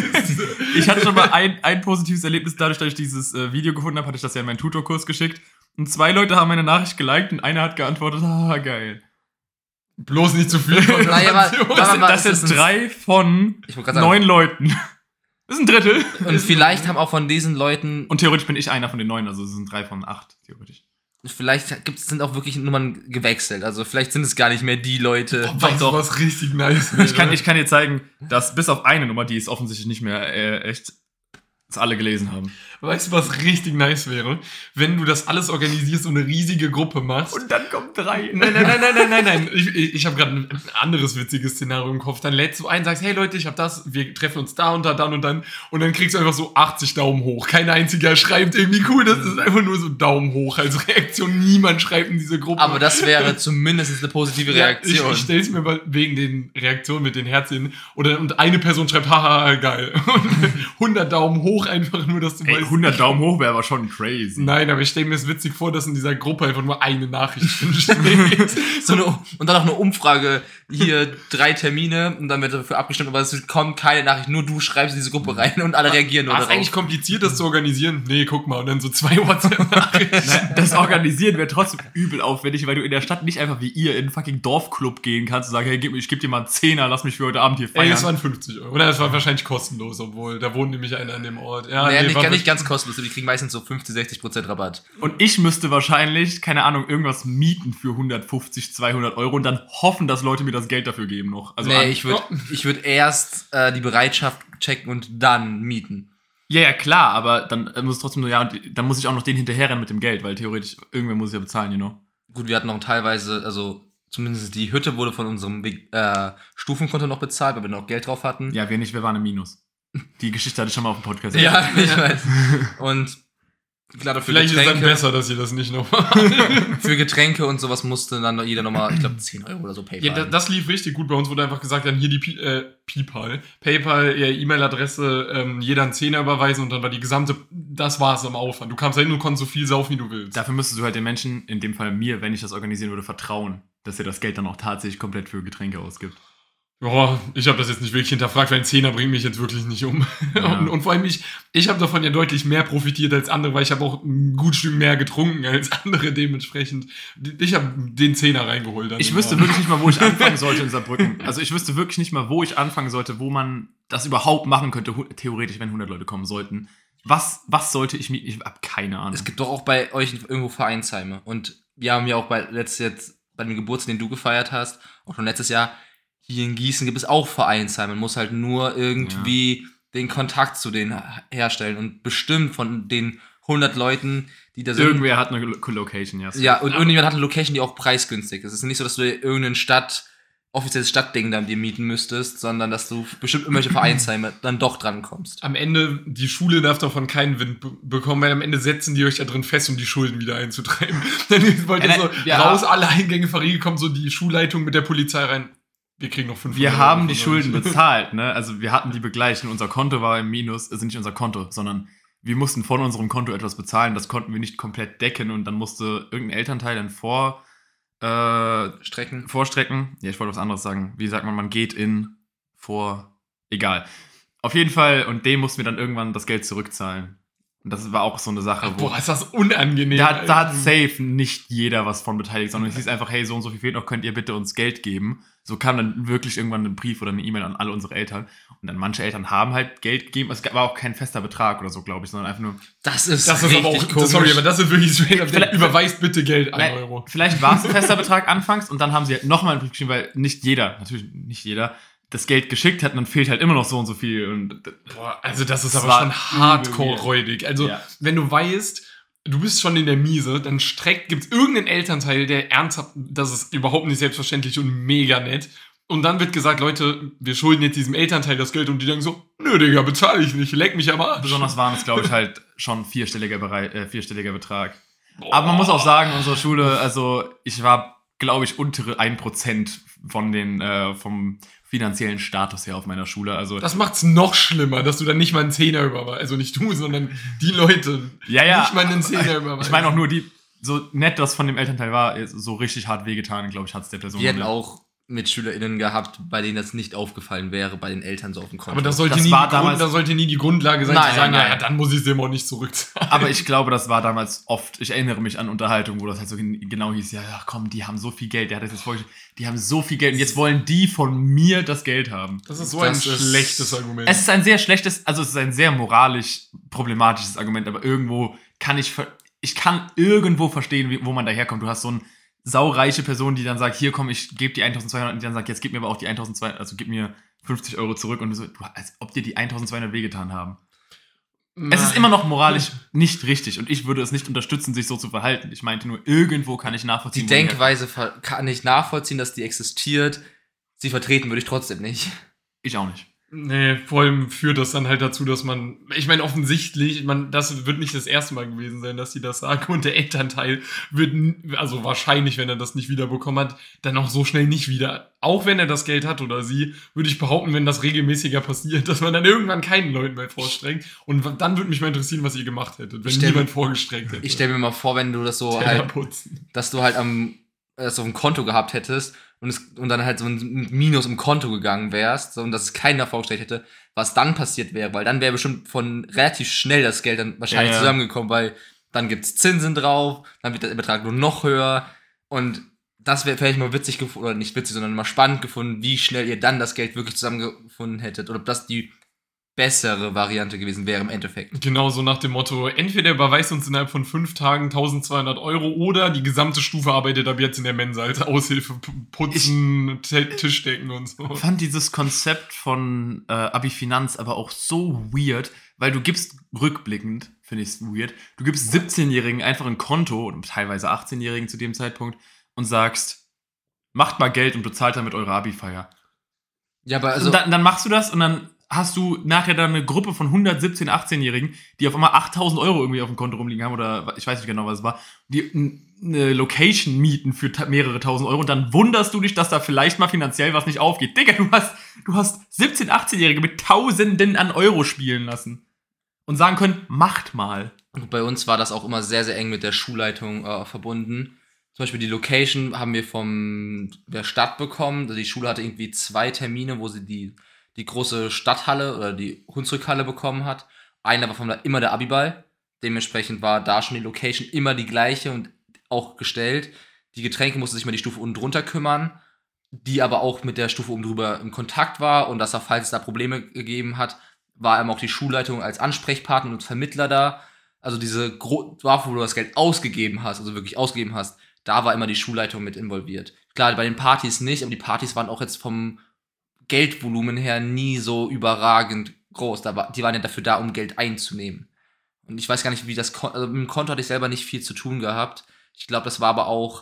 Ich hatte schon mal ein, ein positives Erlebnis dadurch, dass ich dieses äh, Video gefunden habe, hatte ich das ja in meinen Tutorkurs geschickt. Und zwei Leute haben meine Nachricht geliked und einer hat geantwortet, ah, geil. Bloß nicht zu viel. Naja, aber- Das aber- sind, das das sind ist- drei von Ich wollte gerade sagen. neun Leuten. Das ist ein Drittel. Und vielleicht haben auch von diesen Leuten, Und theoretisch bin ich einer von den neun, also es sind drei von acht, theoretisch. vielleicht gibt's, sind auch wirklich Nummern gewechselt. Also vielleicht sind es gar nicht mehr die Leute. Oh, weißt du, was richtig nice wäre? Ich kann, ich kann dir zeigen, dass bis auf eine Nummer, die ist offensichtlich nicht mehr äh, echt, das alle gelesen haben. Weißt du, was richtig nice wäre? Wenn du das alles organisierst und eine riesige Gruppe machst. Und dann kommen drei. Nein, nein, nein, nein, nein, nein, nein. Ich, ich, ich habe gerade ein anderes witziges Szenario im Kopf. Dann lädst du ein, sagst, hey Leute, ich habe das, wir treffen uns da und da, dann und dann. Und dann kriegst du einfach so achtzig Daumen hoch. Kein einziger schreibt irgendwie cool, das ist einfach nur so Daumen hoch als Reaktion. Niemand schreibt in diese Gruppe. Aber das wäre zumindest eine positive Reaktion. Ja, ich ich stelle es mir mal wegen den Reaktionen mit den Herzchen. Oder, und eine Person schreibt, haha, geil. Und hundert Daumen hoch einfach nur, dass du Ey, weißt. hundert Daumen hoch wäre aber schon crazy. Nein, aber ich stelle mir es witzig vor, dass in dieser Gruppe einfach nur eine Nachricht drinsteht. So eine, und dann auch eine Umfrage, hier drei Termine und dann wird dafür abgestimmt, aber es kommt keine Nachricht, nur du schreibst in diese Gruppe rein und alle reagieren nur War es darauf. eigentlich kompliziert, das zu organisieren? Nee, guck mal. Und dann so zwei WhatsApp-Nachrichten. Nein, das Organisieren wäre trotzdem übel aufwendig, weil du in der Stadt nicht einfach wie ihr in einen fucking Dorfclub gehen kannst und sagen, hey, gib, ich geb dir mal einen Zehner, lass mich für heute Abend hier Ey, feiern. es waren fünfzig Euro. Oder es war wahrscheinlich kostenlos, obwohl da wohnt nämlich einer an dem Ort. Ja, naja, nee, nicht, war gar nicht wirklich- ganz kostenlos, die kriegen meistens so fünfzig, sechzig Prozent Rabatt. Und ich müsste wahrscheinlich, keine Ahnung, irgendwas mieten für hundertfünfzig, zweihundert Euro und dann hoffen, dass Leute mir das Geld dafür geben noch. Also nee, an- ich würde ich würd erst äh, die Bereitschaft checken und dann mieten. Ja, ja, klar, aber dann äh, muss es trotzdem nur, ja, und dann muss ich auch noch den hinterherrennen mit dem Geld, weil theoretisch irgendwer muss es ja bezahlen, you know. Gut, wir hatten noch teilweise, also zumindest die Hütte wurde von unserem äh, Stufenkonto noch bezahlt, weil wir noch Geld drauf hatten. Ja, wir nicht, wir waren im Minus. Die Geschichte hatte ich schon mal auf dem Podcast. Ja, ich weiß. Und klar, dafür Vielleicht ist es dann Getränke, besser, dass ihr das nicht nochmal. für Getränke und sowas musste dann jeder nochmal, ich glaube, zehn Euro oder so PayPal. Ja, da- das lief richtig gut. Bei uns wurde einfach gesagt, dann hier die Pi- äh, PayPal, PayPal, ihr E-Mail-Adresse, ähm, jeder einen Zehner überweisen und dann war die gesamte, das war es am Aufwand. Du kamst da hin und konntest so viel saufen, wie du willst. Dafür müsstest du halt den Menschen, in dem Fall mir, wenn ich das organisieren würde, vertrauen, dass er das Geld dann auch tatsächlich komplett für Getränke ausgibt. Ja, ich habe das jetzt nicht wirklich hinterfragt, weil ein Zehner bringt mich jetzt wirklich nicht um. Ja. Und, und vor allem ich, ich habe davon ja deutlich mehr profitiert als andere, weil ich habe auch ein gut Stück mehr getrunken als andere dementsprechend. Ich habe den Zehner reingeholt. dann Ich im wüsste Abend. wirklich nicht mal, wo ich anfangen sollte in Saarbrücken. Also ich wüsste wirklich nicht mal, wo ich anfangen sollte, wo man das überhaupt machen könnte, hu- theoretisch, wenn hundert Leute kommen sollten. Was, was sollte ich mir, ich habe keine Ahnung. Es gibt doch auch bei euch irgendwo Vereinsheime. Und wir haben ja auch bei letztes jetzt, bei dem Geburtstag, den du gefeiert hast, auch schon letztes Jahr, hier in Gießen gibt es auch Vereinsheime. Man muss halt nur irgendwie den Kontakt zu denen herstellen. Und bestimmt von den hundert Leuten, die da sind. Irgendwer hat eine Lo- Location, ja. Ja, und irgendjemand hat eine Location, die auch preisgünstig ist. Es ist nicht so, dass du dir irgendeine Stadt, offizielles Stadtding dann dir mieten müsstest, sondern dass du bestimmt irgendwelche Vereinsheime dann doch dran kommst. Am Ende, die Schule darf davon keinen Wind be- bekommen, weil am Ende setzen die euch da drin fest, um die Schulden wieder einzutreiben. Dann wollt ihr Ja, so ja. raus, alle Eingänge verriegelt, kommt so die Schulleitung mit der Polizei rein. Wir kriegen noch fünfhundert Wir Euro haben von die euch. Schulden bezahlt, ne? Also wir hatten die begleichen. Unser Konto war im Minus, also nicht unser Konto, sondern wir mussten von unserem Konto etwas bezahlen. Das konnten wir nicht komplett decken und dann musste irgendein Elternteil dann vor, äh, Strecken. vorstrecken. Ja, ich wollte was anderes sagen. Wie sagt man, man geht in, vor, egal. Auf jeden Fall, und dem mussten wir dann irgendwann das Geld zurückzahlen. Und das war auch so eine Sache, Ach, wo... boah, ist das unangenehm. Da, da hat Alter. safe nicht jeder was von beteiligt, sondern es hieß einfach, hey, so und so viel fehlt noch, könnt ihr bitte uns Geld geben. So kam dann wirklich irgendwann ein Brief oder eine E-Mail an alle unsere Eltern. Und dann manche Eltern haben halt Geld gegeben. Es war auch kein fester Betrag oder so, glaube ich, sondern einfach nur... Das ist, Das ist aber auch, komisch. sorry, aber das ist wirklich straight up. Vielleicht- Überweist bitte Geld, ein Nein, Euro. Vielleicht war es ein fester Betrag anfangs und dann haben sie halt nochmal einen Brief geschrieben, weil nicht jeder, natürlich nicht jeder, das Geld geschickt hat und dann fehlt halt immer noch so und so viel. Und Boah, also das ist Das aber war schon übel hardcore-räudig. Also, Ja. wenn du weißt, du bist schon in der Miese, dann streckt, gibt's irgendeinen Elternteil, der ernsthaft, das ist überhaupt nicht selbstverständlich und mega nett. Und dann wird gesagt, Leute, wir schulden jetzt diesem Elternteil das Geld und die denken so, nö, Digga, bezahle ich nicht, leck mich am Arsch. besonders waren es, glaube ich, halt schon vierstelliger, Bereich, äh, vierstelliger Betrag. Aber man muss auch sagen, unsere Schule, also ich war, glaube ich, untere ein Prozent von den, äh, vom finanziellen Status her auf meiner Schule. Also Das macht's noch schlimmer, dass du dann nicht mal einen Zehner überweist. Also nicht du, sondern die Leute. Ja, ja. Nicht mal einen Zehner überweisen. ich meine auch nur die, so nett das von dem Elternteil war, so richtig hart wehgetan, glaube ich, hat es der Person. Wir hatten nicht. auch MitschülerInnen gehabt, bei denen das nicht aufgefallen wäre, bei den Eltern so auf dem Konto. Aber das sollte, Das nie, war die Grund, damals- das sollte nie die Grundlage sein, Nein, zu sagen, nein, ja, nein. dann muss ich es dem auch nicht zurückzahlen. Aber ich glaube, das war damals oft, ich erinnere mich an Unterhaltungen, wo das halt so genau hieß, ja, ach komm, die haben so viel Geld, der hat das jetzt vorgestellt, die haben so viel Geld und jetzt wollen die von mir das Geld haben. Das ist so Das ein ist- schlechtes Argument. Es ist ein sehr schlechtes, also es ist ein sehr moralisch problematisches Argument, aber irgendwo kann ich, ver- ich kann irgendwo verstehen, wie, wo man daherkommt. Du hast so eine saureiche Person, die dann sagt, hier komm, ich gebe die eintausendzweihundert und die dann sagt, jetzt gib mir aber auch die eintausendzweihundert, also gib mir fünfzig Euro zurück und du so, du, als ob dir die eintausendzweihundert wehgetan haben. Es ist immer noch moralisch nicht richtig und ich würde es nicht unterstützen, sich so zu verhalten. Ich meinte nur, irgendwo kann ich nachvollziehen. Die wo die Denkweise ver- kann ich nachvollziehen, dass die existiert. Sie vertreten würde ich trotzdem nicht. herkommt. Ich auch nicht. Nee, vor allem führt das dann halt dazu, dass man, ich meine, offensichtlich, man, das wird nicht das erste Mal gewesen sein, dass die das sagen und der Elternteil wird, n- also wahrscheinlich, wenn er das nicht wiederbekommen hat, dann auch so schnell nicht wieder. Auch wenn er das Geld hat oder sie, würde ich behaupten, wenn das regelmäßiger passiert, dass man dann irgendwann keinen Leuten mehr vorstreckt und w- dann würde mich mal interessieren, was ihr gemacht hättet, wenn Ich stell- niemand vorgestreckt hätte. Ich stelle mir mal vor, wenn du das so Teller halt, putzen. dass du halt am, das auf dem Konto gehabt hättest und, es, und dann halt so ein Minus im Konto gegangen wärst, so, und dass es keiner vorgestellt hätte, was dann passiert wäre, weil dann wäre bestimmt von relativ schnell das Geld dann wahrscheinlich Ja, ja. zusammengekommen, weil dann gibt's Zinsen drauf, dann wird der Betrag nur noch höher und das wäre vielleicht mal witzig gefunden, oder nicht witzig, sondern mal spannend gefunden, wie schnell ihr dann das Geld wirklich zusammengefunden hättet oder ob das die bessere Variante gewesen wäre im Endeffekt. Genau so nach dem Motto, entweder überweist uns innerhalb von fünf Tagen eintausendzweihundert Euro oder die gesamte Stufe arbeitet ab jetzt in der Mensa als Aushilfe, P- Putzen, T- Tischdecken und so. Ich fand dieses Konzept von äh, Abi-Finanz aber auch so weird, weil du gibst rückblickend, finde ich es weird, du gibst siebzehnjährigen einfach ein Konto, und teilweise achtzehnjährigen zu dem Zeitpunkt, und sagst, macht mal Geld und bezahlt damit eure Abi-Feier. Ja, aber also und dann, dann machst du das und dann hast du nachher dann eine Gruppe von hundertsiebzehn, achtzehnjährigen, die auf einmal achttausend Euro irgendwie auf dem Konto rumliegen haben oder ich weiß nicht genau, was es war, die n- eine Location mieten für ta- mehrere tausend Euro und dann wunderst du dich, dass da vielleicht mal finanziell was nicht aufgeht. Digga, du hast, du hast siebzehn-, achtzehnjährige mit Tausenden an Euro spielen lassen und sagen können, macht mal. Und bei uns war das auch immer sehr, sehr eng mit der Schulleitung äh, verbunden. Zum Beispiel die Location haben wir von der Stadt bekommen. Also die Schule hatte irgendwie zwei Termine, wo sie die, die große Stadthalle oder die Hunsrückhalle bekommen hat. Einer war von der, immer der Abiball. Dementsprechend war da schon die Location immer die gleiche und auch gestellt. Die Getränke musste sich mal die Stufe unten drunter kümmern, die aber auch mit der Stufe oben drüber im Kontakt war und dass er, falls es da Probleme gegeben hat, war eben auch die Schulleitung als Ansprechpartner und Vermittler da. Also diese, Gro- da, wo du das Geld ausgegeben hast, also wirklich ausgegeben hast, da war immer die Schulleitung mit involviert. Klar, bei den Partys nicht, aber die Partys waren auch jetzt vom Geldvolumen her nie so überragend groß. Da war, die waren ja dafür da, um Geld einzunehmen. Und ich weiß gar nicht, wie das Kon- also mit dem Konto hatte ich selber nicht viel zu tun gehabt. Ich glaube, das war aber auch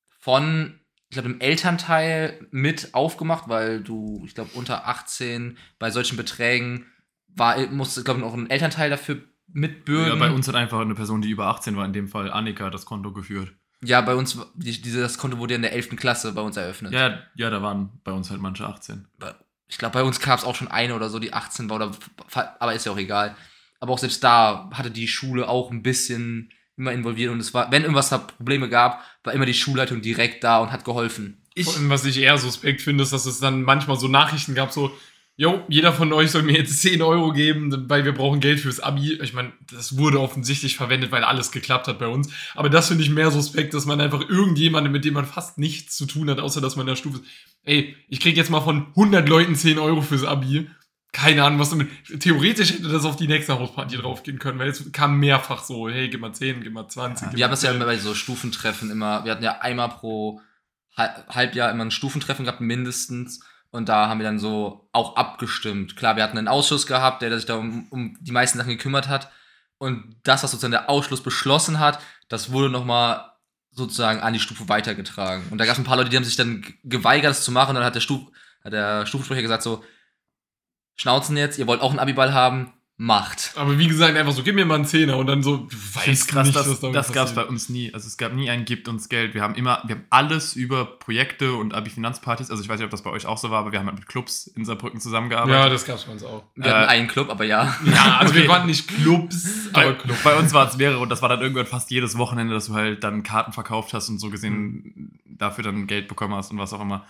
von, ich glaube, dem Elternteil mit aufgemacht, weil du, ich glaube, unter achtzehn bei solchen Beträgen war, musste, glaube ich, noch ein Elternteil dafür mitbürden. Ja, bei uns hat einfach eine Person, die über achtzehn war, in dem Fall Annika, das Konto geführt. Ja, bei uns, die, dieses Konto wurde ja in der elften Klasse bei uns eröffnet. Ja, ja, da waren bei uns halt manche achtzehn. Ich glaube, bei uns gab es auch schon eine oder so, die achtzehn war, oder, aber ist ja auch egal. Aber auch selbst da hatte die Schule auch ein bisschen immer involviert und es war, wenn irgendwas da Probleme gab, war immer die Schulleitung direkt da und hat geholfen. Ich, was ich eher suspekt finde, ist, dass es dann manchmal so Nachrichten gab, so, jo, jeder von euch soll mir jetzt zehn Euro geben, weil wir brauchen Geld fürs Abi. Ich meine, das wurde offensichtlich verwendet, weil alles geklappt hat bei uns. Aber das finde ich mehr suspekt, dass man einfach irgendjemanden, mit dem man fast nichts zu tun hat, außer dass man in der Stufe ist, ey, ich krieg jetzt mal von hundert Leuten zehn Euro fürs Abi. Keine Ahnung, was damit. Theoretisch hätte das auf die nächste Hausparty draufgehen können, weil es kam mehrfach so, hey, gib mal zehn, gib mal zwanzig. Wir haben das ja immer bei so Stufentreffen immer, wir hatten ja einmal pro Halbjahr immer ein Stufentreffen gehabt, mindestens. Und da haben wir dann so auch abgestimmt. Klar, wir hatten einen Ausschuss gehabt, der sich da um, um die meisten Sachen gekümmert hat. Und das, was sozusagen der Ausschuss beschlossen hat, das wurde nochmal sozusagen an die Stufe weitergetragen. Und da gab es ein paar Leute, die haben sich dann geweigert, das zu machen. Und dann hat der, Stuf, hat der Stufensprecher gesagt so, Schnauzen jetzt, ihr wollt auch einen Abiball haben, macht. Aber wie gesagt, einfach so, gib mir mal einen Zehner und dann so, du Ich weißt find's krass, nicht, das, was damit das gab es bei passiert. uns nie. Also es gab nie ein Gibt uns Geld. Wir haben immer, wir haben alles über Projekte und Abi-Finanzpartys, also ich weiß nicht, ob das bei euch auch so war, aber wir haben halt mit Clubs in Saarbrücken Ja, zusammengearbeitet. das gab's bei uns auch. Wir hatten Äh, einen Club, aber ja. Ja, also Okay. wir waren nicht Clubs, aber bei, Clubs. bei uns waren es mehrere und das war dann irgendwann fast jedes Wochenende, dass du halt dann Karten verkauft hast und so gesehen dafür dann Geld bekommen hast und was auch immer.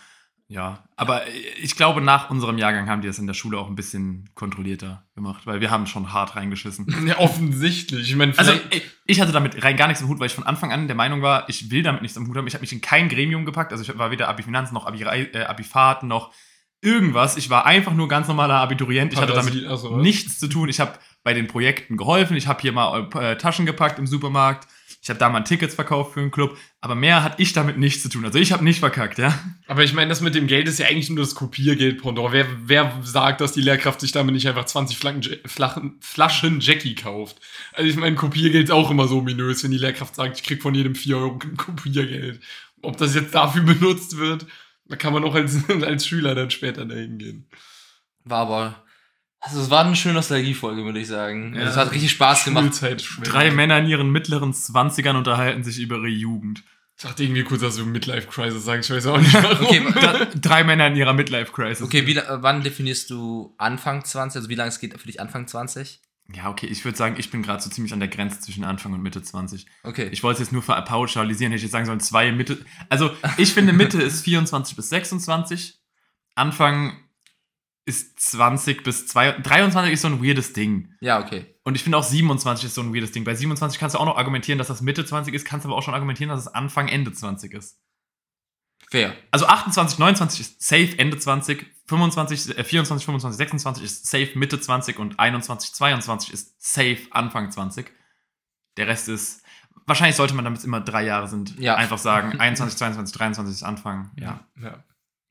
Ja, aber ich glaube, nach unserem Jahrgang haben die das in der Schule auch ein bisschen kontrollierter gemacht, weil wir haben schon hart reingeschissen. Ja, offensichtlich. Ich meine, Also ey, ich hatte damit rein gar nichts im Hut, weil ich von Anfang an der Meinung war, ich will damit nichts im Hut haben. Ich habe mich in kein Gremium gepackt, also ich war weder Abi-Finanzen noch Abi, äh, Abi-Fahrten noch irgendwas. Ich war einfach nur ganz normaler Abiturient. Ich hatte damit also, nichts zu tun. Ich habe bei den Projekten geholfen. Ich habe hier mal äh, Taschen gepackt im Supermarkt. Ich habe da mal Tickets verkauft für einen Club. Aber mehr hatte ich damit nichts zu tun. Also ich habe nicht verkackt, ja. Aber ich meine, das mit dem Geld ist ja eigentlich nur das Kopiergeld-Pendant. Wer, wer sagt, dass die Lehrkraft sich damit nicht einfach zwanzig Flaschen, Flaschen, Flaschen Jackie kauft? Also ich meine, Kopiergeld ist auch immer so ominös, wenn die Lehrkraft sagt, ich krieg von jedem vier Euro Kopiergeld. Ob das jetzt dafür benutzt wird, da kann man auch als, als Schüler dann später dahin gehen. War aber... Also es war eine schöne Nostalgiefolge, würde ich sagen. Ja. Es hat richtig Spaß gemacht. Drei Männer in ihren mittleren Zwanzigern unterhalten sich über ihre Jugend. Ich dachte irgendwie kurz, dass du Midlife-Crisis sagen. Ich weiß auch nicht warum. Okay, da, drei Männer in ihrer Midlife-Crisis. Okay, wie, wann definierst du Anfang zwanzig? Also wie lange es geht für dich Anfang zwanzig? Ja, okay, ich würde sagen, ich bin gerade so ziemlich an der Grenze zwischen Anfang und Mitte zwanzig. Okay. Ich wollte es jetzt nur pauschalisieren, hätte ich jetzt sagen sollen, zwei Mitte. Also, ich finde, Mitte ist vierundzwanzig bis sechsundzwanzig. Anfang ist zwanzig bis zwei, dreiundzwanzig ist so ein weirdes Ding. Ja, okay. Und ich finde auch siebenundzwanzig ist so ein weirdes Ding. Bei siebenundzwanzig kannst du auch noch argumentieren, dass das Mitte zwanzig ist, kannst aber auch schon argumentieren, dass es Anfang, Ende zwanzig ist. Fair. Also achtundzwanzig, neunundzwanzig ist safe Ende zwanzig, fünfundzwanzig, äh, vierundzwanzig, fünfundzwanzig, sechsundzwanzig ist safe Mitte zwanzig und einundzwanzig, zweiundzwanzig ist safe Anfang zwanzig. Der Rest ist, wahrscheinlich sollte man, damit es immer drei Jahre sind, ja. einfach sagen, einundzwanzig, zweiundzwanzig, dreiundzwanzig ist Anfang. Ja. ja.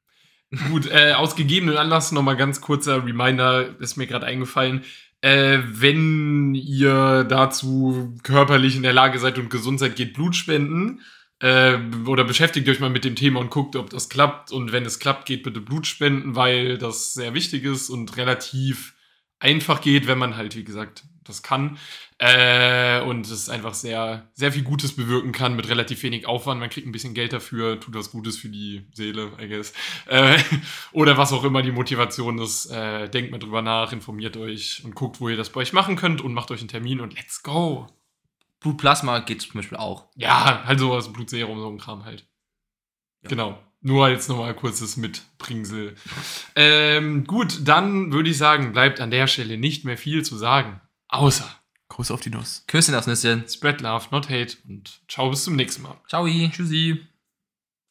Gut, äh, aus gegebenen Anlass nochmal ganz kurzer Reminder, ist mir gerade eingefallen. Äh, wenn ihr dazu körperlich in der Lage seid und gesund seid, geht Blut spenden. Äh, oder beschäftigt euch mal mit dem Thema und guckt, ob das klappt. Und wenn es klappt, geht bitte Blut spenden, weil das sehr wichtig ist und relativ einfach geht, wenn man halt, wie gesagt, das kann. Äh, und es einfach sehr, sehr viel Gutes bewirken kann mit relativ wenig Aufwand. Man kriegt ein bisschen Geld dafür, tut was Gutes für die Seele, I guess. Äh, oder was auch immer die Motivation ist. Äh, denkt mal drüber nach, informiert euch und guckt, wo ihr das bei euch machen könnt und macht euch einen Termin und let's go. Blutplasma geht zum Beispiel auch. Ja, halt sowas, Blutserum, so ein Kram halt. Ja. Genau. Nur jetzt nochmal kurzes Mitbringsel. Ähm, gut, dann würde ich sagen, bleibt an der Stelle nicht mehr viel zu sagen. Außer Kuss auf die Nuss. Küsschen aufs Nüsschen. Spread love, not hate und ciao, bis zum nächsten Mal. Ciao. Tschüssi.